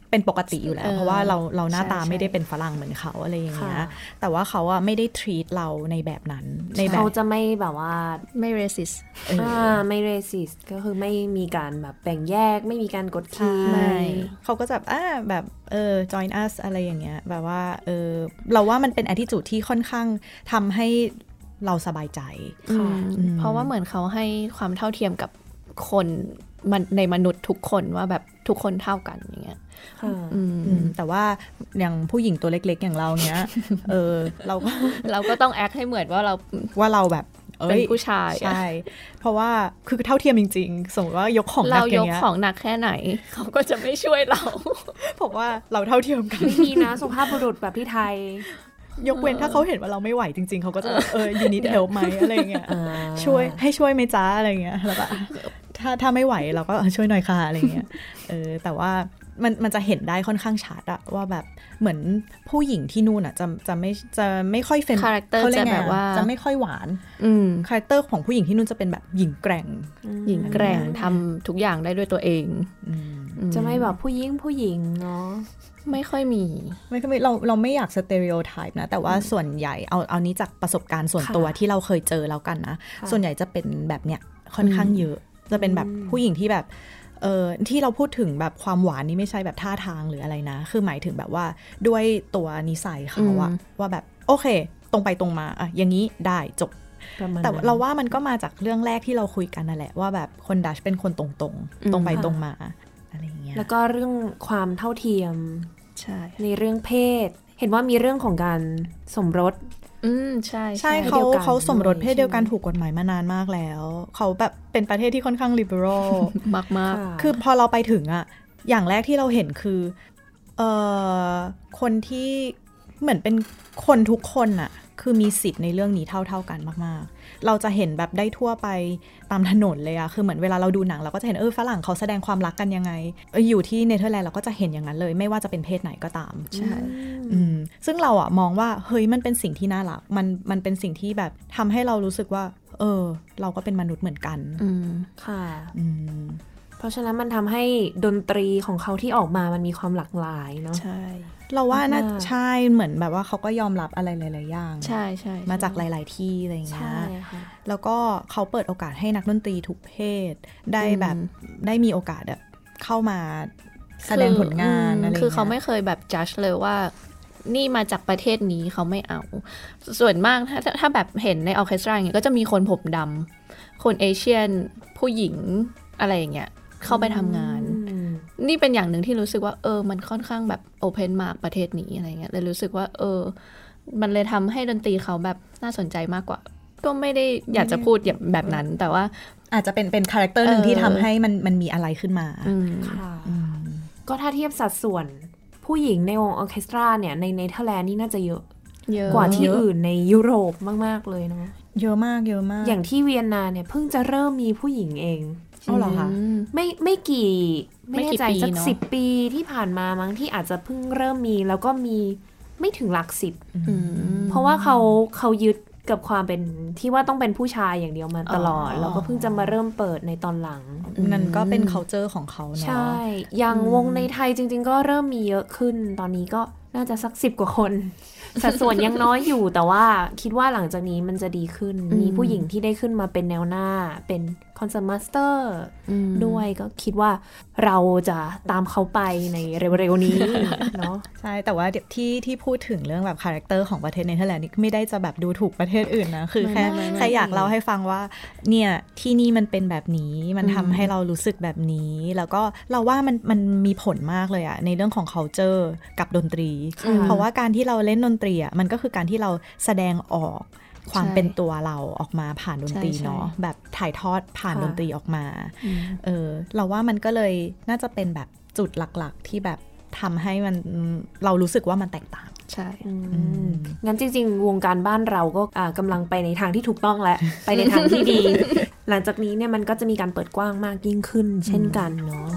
เป็นปกติอยู่แล้วเพราะว่าเราเราหน้าตาไม่ได้เป็นฝรั่งเหมือนเขาอะไรอย่างเงี้ยแต่ว่าเขาอะไม่ได้ treat เราในแบบนั้นในแบบเขาจะไม่แบบว่าไม่ racist อ่าไม่ racist ก็คือไม่มีการแบบแบ่งแยกไม่มีการกดขี่เขาก็จะอ่าแบบเออ join us อะไรอย่างเงี้ยแบบว่าเออเราว่ามันเป็น attitude ที่ค่อนข้างทำให้เราสบายใจเพราะว่าเหมือนเขาให้ความเท่าเทียมกับคนมันในมนุษย์ทุกคนว่าแบบทุกคนเท่ากันอย่างเงี้ยแต่ว่าอย่างผู้หญิงตัวเล็กๆอย่างเราเนี้ยเออเราก็เราก็ต้องแอคให้เหมือนว่าเราว่าเราแบบเป็นผู้ชายใช่เพราะว่าคือเท่าเทียมจริงๆสมมติว่ายกของหนักอย่างเงี้ยเรายกของหนักแค่ไหนเขาก็จะไม่ช่วยเราเพราะว่าเราเท่าเทียมกันไม่มีนะสุภาพบุรุษแบบที่ไทยยกเว้นถ้าเขาเห็นว่าเราไม่ไหวจริงๆเขาก็จะเออ you need help ไหมอะไรเงี้ยช่วยให้ช่วยไหมจ้าอะไรเงี้ยแล้วก็ถ้าถ้าไม่ไหวเราก็ช่วยหน่อยค่ะอะไรเงี้ยเออแต่ว่ามันมันจะเห็นได้ค่อนข้างชัดอะว่าแบบเหมือนผู้หญิงที่นู่นอะจะจะไม่จะไม่ค่อยเฟมคาแรคเตอร์จะแบบว่าจะไม่ค่อยหวานคาแรคเตอร์ของผู้หญิงที่นู่นจะเป็นแบบหญิงแกร่งหญิงแกร่งทำทุกอย่างได้ด้วยตัวเองจะไม่แบบผู้หญิงผู้หญิงเนาะไม่ค่อยมีไม่ค่อยมีเราเราไม่อยากสเตอริโอไทป์นะแต่ว่าส่วนใหญ่เอาเอานี้จากประสบการณ์ส่วนตัวที่เราเคยเจอแล้วกันนะส่วนใหญ่จะเป็นแบบเนี้ยค่อนข้างเยอะจะเป็นแบบผู้หญิงที่แบบเออที่เราพูดถึงแบบความหวานนี่ไม่ใช่แบบท่าทางหรืออะไรนะคือหมายถึงแบบว่าด้วยตัวนิสัยเขาอะว่าแบบโอเคตรงไปตรงมาอะอย่างนี้ได้จบแต่เราว่ามันก็มาจากเรื่องแรกที่เราคุยกันนั่นแหละว่าแบบคนดัชเป็นคนตรงๆ ต, ตรงไปตรงมาอะไรอย่างเงี้ยแล้วก็เรื่องความเท่าเทียมใช่ในเรื่องเพศเห็นว่ามีเรื่องของการสมรสอืมใช่ใช่เขาเขาสมรสเพศเดียวกันถูกกฎหมายมานานมากแล้วเขาแบบเป็นประเทศที่ค่อนข้าง liberal มากมากคือพอเราไปถึงอะอย่างแรกที่เราเห็นคือเอ่อคนที่เหมือนเป็นคนทุกคนอะคือมีสิทธิ์ในเรื่องนี้เท่าๆกันมากๆเราจะเห็นแบบได้ทั่วไปตามถนนเลยอะคือเหมือนเวลาเราดูหนังเราก็จะเห็นเออฝรั่งเขาแสดงความรักกันยังไงอยู่ที่เนเธอร์แลนด์เราก็จะเห็นอย่างนั้นเลยไม่ว่าจะเป็นเพศไหนก็ตามใช่ซึ่งเราอะมองว่าเฮ้ยมันเป็นสิ่งที่น่ารักมันมันเป็นสิ่งที่แบบทำให้เรารู้สึกว่าเออเราก็เป็นมนุษย์เหมือนกันค่ะเพราะฉะนั้นมันทำให้ดนตรีของเขาที่ออกมามันมีความหลากหลายเนาะใช่เราว่าน่าใช่เหมือนแบบว่าเขาก็ยอมรับอะไรหลายๆอย่างใช่ใช่มาจากหลายๆที่อะไรอย่างเงี้ยแล้วก็เขาเปิดโอกาสให้นักดนตรีทุกเพศได้แบบได้มีโอกาสแบบเข้ามาแสดงผลงานอะไรคือเขาไม่เคยแบบจัดเลยว่านี่มาจากประเทศนี้เขาไม่เอาส่วนมากถ้าถ้าแบบเห็นในออร์เคสตราอย่างเงี้ยก็จะมีคนผมดำคนเอเชียนผู้หญิงอะไรอย่างเงี้ยเข้าไปทำงานนี่เป็นอย่างหนึ่งที่รู้สึกว่าเออมันค่อนข้างแบบโอเพนมากประเทศนี้อะไรเงี้ยเลยรู้สึกว่าเออมันเลยทำให้ดนตรีเขาแบบน่าสนใจมากกว่าก็ไม่ได้อยากจะพูดแบบนั้นแต่ว่าอาจจะเป็นเป็นคาแรคเตอร์หนึ่งที่ทำให้มันมันมีอะไรขึ้นมาค่ะก็ถ้าเทียบสัดส่วนผู้หญิงในวงออร์เคสตราเนี่ยในเนเธอร์แลนด์นี่น่าจะเยอะกว่าที่อื่นในยุโรปมากๆเลยเนาะเยอะมากเยอะมากอย่างที่เวียนนาเนี่ยเพิ่งจะเริ่มมีผู้หญิงเองอ๋อเหรอคะไม่ไม่กี่ไม่แน่ใจสักสิบปีที่ผ่านมามั้งที่อาจจะเพิ่งเริ่มมีแล้วก็มีไม่ถึงหลักสิบเพราะว่าเขาเขายึดกับความเป็นที่ว่าต้องเป็นผู้ชายอย่างเดียวมาตลอดแล้วก็เพิ่งจะมาเริ่มเปิดในตอนหลังนั่นก็เป็น culture ของเขาเนาะใช่อย่างวงในไทยจริงๆก็เริ่มมีเยอะขึ้นตอนนี้ก็น่าจะสักสิบกว่าคนสัดส่วนยังน้อยอยู่แต่ว่าคิดว่าหลังจากนี้มันจะดีขึ้นมีผู้หญิงที่ได้ขึ้นมาเป็นแนวหน้าเป็นคอนเสิร์ตมาสเตอร์ด้วยก็คิดว่าเราจะตามเขาไปในเร็วๆนี้เนาะใช่แต่ว่าที่ที่พูดถึงเรื่องแบบคาแรคเตอร์ของประเทศเนเธอร์แลนด์นี่ไม่ได้จะแบบดูถูกประเทศอื่นนะคือแค่แค่อยากเล่าให้ฟังว่าเนี่ยที่นี่มันเป็นแบบนี้มันทำให้เรารู้สึกแบบนี้แล้วก็เราว่ามันมันมีผลมากเลยอะในเรื่องของ culture กับดนตรีเพราะว่าการที่เราเล่นดนตรีอะมันก็คือการที่เราแสดงออกความเป็นตัวเราออกมาผ่านดนตรีเนาะแบบถ่ายทอดผ่านดนตรีออกมาเออเราว่ามันก็เลยน่าจะเป็นแบบจุดหลักๆที่แบบทำให้มันเรารู้สึกว่ามันแตกต่างใช่งั้นจริงๆวงการบ้านเราก็กำลังไปในทางที่ถูกต้องและ ไปในทางที่ดี หลังจากนี้เนี่ยมันก็จะมีการเปิดกว้างมากยิ่งขึ้นเช่นกันเนาะ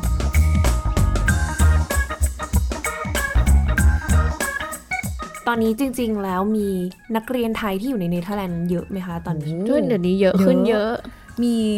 ตอนนี้จริงๆแล้วมีนักเรียนไทยที่อยู่ในเนเธอร์แลนด์เยอะไหมคะตอนนี้ด้วยเดี๋ยวนี้เยอะขึ้นเยอะมี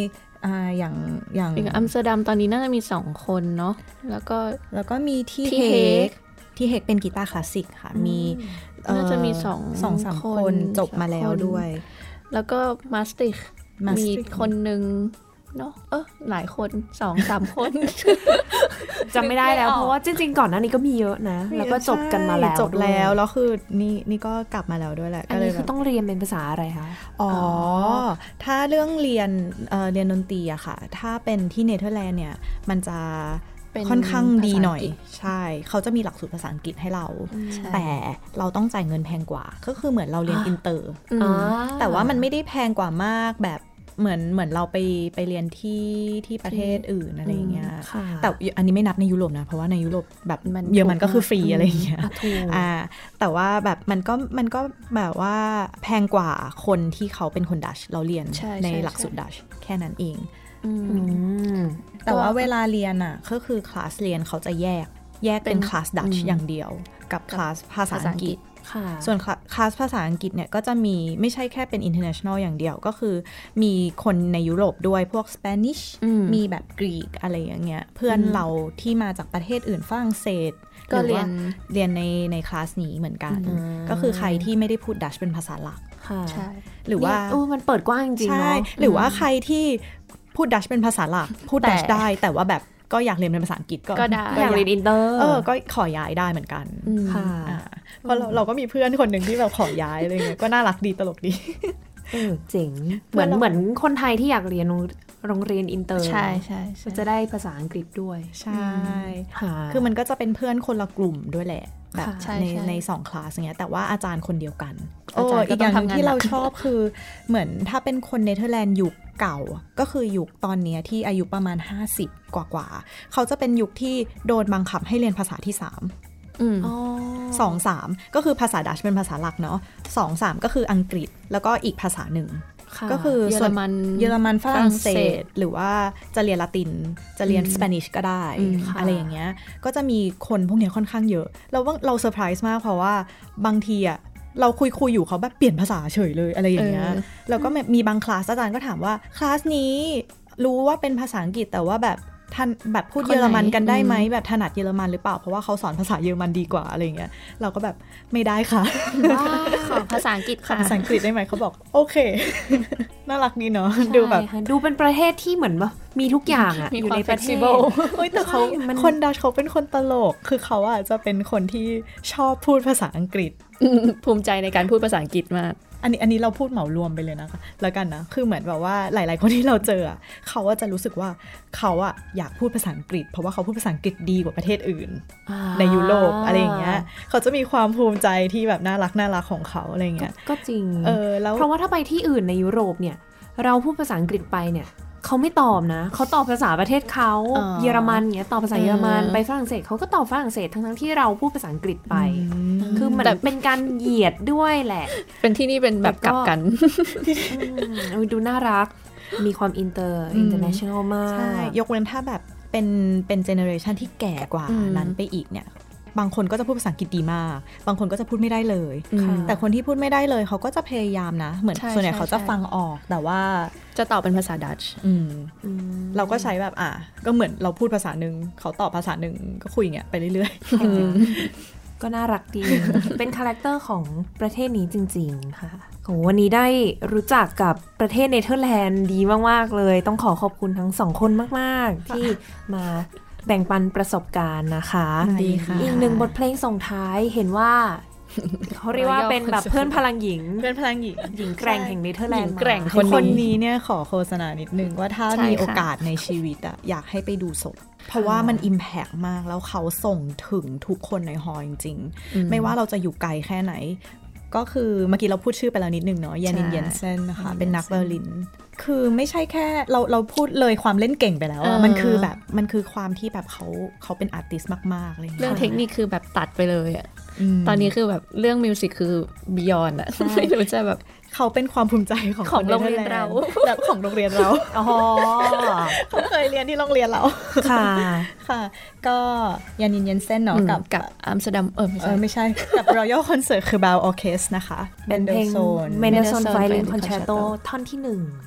อ่าอย่างอย่างอัมสเตอร์ดัมตอนนี้น่าจะมีสองคนเนาะแล้วก็แล้วก็มีที่เฮกที่เฮกเป็นกีตาร์คลาสสิกค่ะมีน่าจะมีสองสองสามคนจบมาแล้วด้วยแล้วก็มาสติกมีคนหนึ่งเนาะเออหลายคนสองสามคนจำไม่ได้แล้วเพราะว่าจริงๆก่อนหน้านี้ก็มีเยอะนะแล้วก็จบกันมาแล้วจบแล้วแล้วคือนี่นี่ก็กลับมาแล้วด้วยแหละอันนี้คือต้องเรียนเป็นภาษาอะไรคะอ๋อถ้าเรื่องเรียนเอ่อเรียนดนตรีอะค่ะถ้าเป็นที่เนเธอร์แลนด์เนี่ยมันจะค่อนข้างดีหน่อยใช่เขาจะมีหลักสูตรภาษาอังกฤษให้เราแต่เราต้องจ่ายเงินแพงกว่าก็คือเหมือนเราเรียนอินเตอร์แต่ว่ามันไม่ได้แพงกว่ามากแบบเหมือนเหมือนเราไปไปเรียนที่ที่ประเทศอื่นอะไรเงี้ยแต่อันนี้ไม่นับในยุโรปนะเพราะว่าในยุโรปแบบเยอรมันก็คือฟรีอะไรเงี้ยอ่าแต่ว่าแบบมันก็มันก็แบบว่าแพงกว่าคนที่เขาเป็นคนดัชเราเรียนในหลักสูตรดัชแค่นั้นเองแต่ว่าเวลาเรียนอ่ะก็คือคลาสเรียนเขาจะแยกแยกเป็นคลาสดัชอย่างเดียวกับคลาสภาษาอังกฤษส่วนคลาสภาษาอังกฤษเนี่ยก็จะมีไม่ใช่แค่เป็น international อย่างเดียวก็คือมีคนในยุโรปด้วยพวก Spanish มีแบบกรีกอะไรอย่างเงี้ยเพื่อนเราที่มาจากประเทศอื่นฝรั่งเศสก็เรียนเรียนในในคลาสนี้เหมือนกันก็คือใครที่ไม่ได้พูดดัชเป็นภาษาหลักใช่หรือว่ามันเปิดกว้างจริงๆเนาะหรือว่าใครที่พูดดัชเป็นภาษาหลักพูดดัชได้แต่ว่าแบบก็อยากเรียนเป็นภาษาอังกฤษก็ได้อยากเรียนอินเตอร์เออก็ขอย้ายได้เหมือนกันค่ะเพราะเราเราก็มีเพื่อนคนหนึ่งที่แบบขอย้ายอะไรเงี้ยก็น่ารักดีตลกดีเออเจ๋งเหมือนเหมือนคนไทยที่อยากเรียนโรงเรียนอินเตอร์ใช่ใช่จะได้ภาษาอังกฤษด้วยใช่คือมันก็จะเป็นเพื่อนคนละกลุ่มด้วยแหละแบบในในสองคลาสอย่างเงี้ยแต่ว่าอาจารย์คนเดียวกันอาจารย์อีกอย่างที่เราชอบคือเหมือนถ้าเป็นคนเนเธอร์แลนด์ยุคเก่าก็คือยุคตอนนี้ที่อายุประมาณห้าสิบกว่าๆเขาจะเป็นยุคที่โดนบังคับให้เรียนภาษาที่สามสองสามก็คือภาษาดัชเป็นภาษาหลักเนาะสองสามก็คืออังกฤษแล้วก็อีกภาษาหนึ่งก็คือเยอรมันเยอรมันฝรั่งเศสหรือว่าจะเรียนละตินจะเรียนสเปนิชก็ได้อะไรอย่างเงี้ยก็จะมีคนพวกนี้ค่อนข้างเยอะเราว่าเราเซอร์ไพรส์มากเพราะว่าบางทีอะเราคุยคุยอยู่เขาแบบเปลี่ยนภาษาเฉยเลยอะไรอย่างเงี้ยแล้วก็มีบางคลาสอาจารย์ก็ถามว่าคลาสนี้รู้ว่าเป็นภาษาอังกฤษแต่ว่าแบบท่านแบบพูดเยอรมันกันได้ไหมแบบถนัดเยอรมันหรือเปล่าเพราะว่าเขาสอนภาษาเยอรมันดีกว่าอะไรเงี้ยเราก็แบบไม่ได้ค่ะขอภาษาอังกฤษค่ะภาษาอังกฤษได้ไหมเขาบอกโอเคน่ารักดีเนาะดูแบบดูเป็นประเทศที่เหมือนแบบมีทุกอย่างอ่ะอยู่ในประเทศเฮ้ยแต่เขาคนดัชเขาเป็นคนตลกคือเขาอ่ะจะเป็นคนที่ชอบพูดภาษาอังกฤษภูมิใจในการพูดภาษาอังกฤษมากอันนี้อันนี้เราพูดเหมารวมไปเลยนะคะแล้วกันนะคือเหมือนแบบว่าหลายๆคนที่เราเจอเขาจะรู้สึกว่าเขาอะอยากพูดภาษาอังกฤษเพราะว่าเขาพูดภาษาอังกฤษดีกว่าประเทศอื่นในยุโรปอะไรอย่างเงี้ยเขาจะมีความภูมิใจที่แบบน่ารักน่ารักของเขาอะไรเงี้ยก็จริงเออแล้วเพราะว่าถ้าไปที่อื่นในยุโรปเนี่ยเราพูดภาษาอังกฤษไปเนี่ยเขาไม่ตอบนะเขาตอบภาษาประเทศเขาเยอรมันเงี้ยตอบภาษาเยอรมันไปฝรั่งเศสเขาก็ตอบฝรั่งเศสทั้งๆที่เราพูดภาษาอังกฤษไปคือมันเป็นการเหยียดด้วยแหละเป็นที่นี่เป็นแบบกลับกันดูน่ารักมีความอินเตอร์อินเตอร์เนชั่นแนลมากใช่ยกเว้นถ้าแบบเป็นเป็นเจเนอเรชันที่แก่กว่านั้นไปอีกเนี่ยบางคนก็จะพูดภาษาอังกฤษดีมากบางคนก็จะพูดไม่ได้เลยแต่คนที่พูดไม่ได้เลยเขาก็จะพยายามนะเหมือนส่วนใหญ่เขาจะฟังออกแต่ว่าจะตอบเป็นภาษาดัตช์เราก็ใช้แบบอ่ะก็เหมือนเราพูดภาษาหนึ่งเขาตอบภาษาหนึ่งก็คุยอย่างเงี้ยไปเรื่อยๆก็น่ารักดีเป็นคาแรคเตอร์ของประเทศนี้จริงๆค่ะโหวันนี้ได้รู้จักกับประเทศเนเธอร์แลนด์ดีมากๆเลยต้องขอขอบคุณทั้งสองคนมากๆที่มาแบ่งปันประสบการณ์นะคะดีค่ะอีกหนึ่งบทเพลงส่งท้ายเห็นว่าเขาเรียกว่าเป็นแบบเพื่อนพลังหญิงเพื่อนพลังหญิงหญิงแกร่งแห่งเนเธอร์แลนด์แกร่งคนนี้เนี่ยขอโฆษณานิดนึงว่าถ้ามีโอกาสในชีวิตอะอยากให้ไปดูสดเพราะว่ามันอิมแพกมากแล้วเขาส่งถึงทุกคนในฮอลล์จริงๆไม่ว่าเราจะอยู่ไกลแค่ไหนก็คือเมื่อกี้เราพูดชื่อไปแล้วนิดนึงเนาะยานินเยนเซนนะคะเป็นนักไวโอลินคือไม่ใช่แค่เราเราพูดเลยความเล่นเก่งไปแล้วมันคือแบบมันคือความที่แบบเขาเขาเป็นอาร์ติสต์มากๆเลยเรื่องเทคนิคคือแบบตัดไปเลยอะตอนนี้คือแบบเรื่องมิวสิกคือบียอนอะไม่รู้จะแบบเขาเป็นความภูมิใจของของโรงเรียนเราแบบของโรงเรียนเราอ๋อเขาเคยเรียนที่โรงเรียนเราค่ะค่ะก็ยานินเยนเซนเนาะกับกับอัมสเตอร์ดัมเออไม่ใช่ไม่ใช่กับ Royal Concert คือ Bell Orchestra นะคะเป็นเพลง Mendelssohn Violin Concerto ท่อนที่หนึ่ง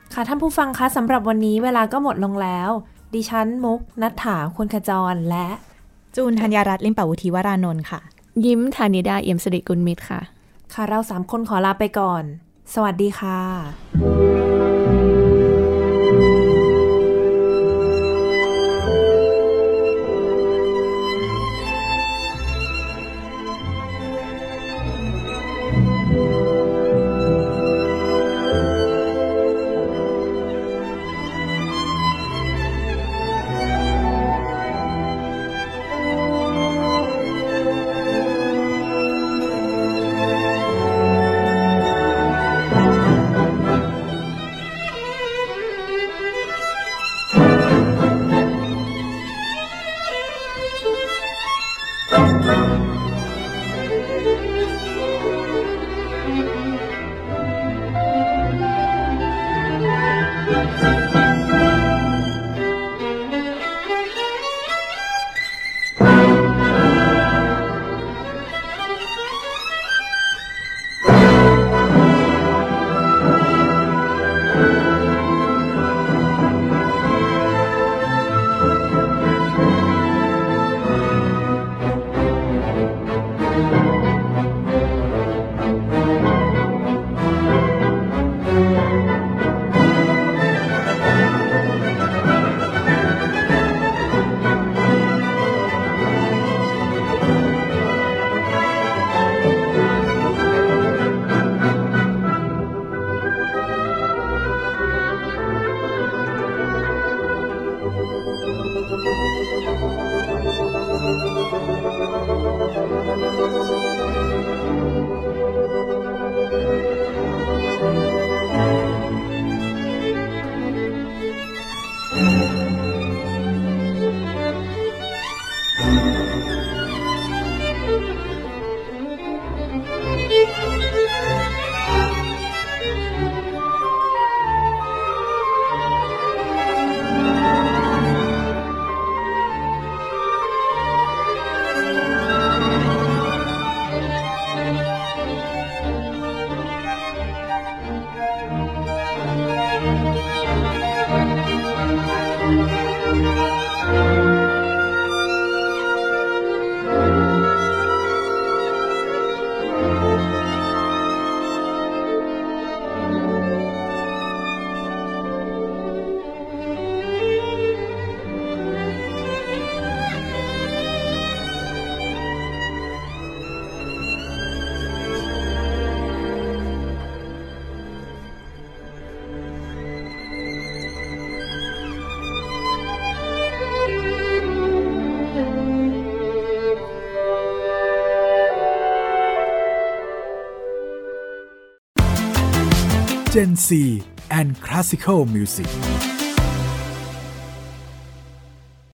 ค่ะท่านผู้ฟังคะสำหรับวันนี้เวลาก็หมดลงแล้วดิฉันมุกณัฐฐาควรขจรและจูนธัญญารัตน์ลิมปวุฒิวรานนท์ค่ะยิ้มธานิดาเอี่ยมสิริกุลมิตรค่ะค่ะเราสามคนขอลาไปก่อนสวัสดีค่ะ Gen Z and Classical Music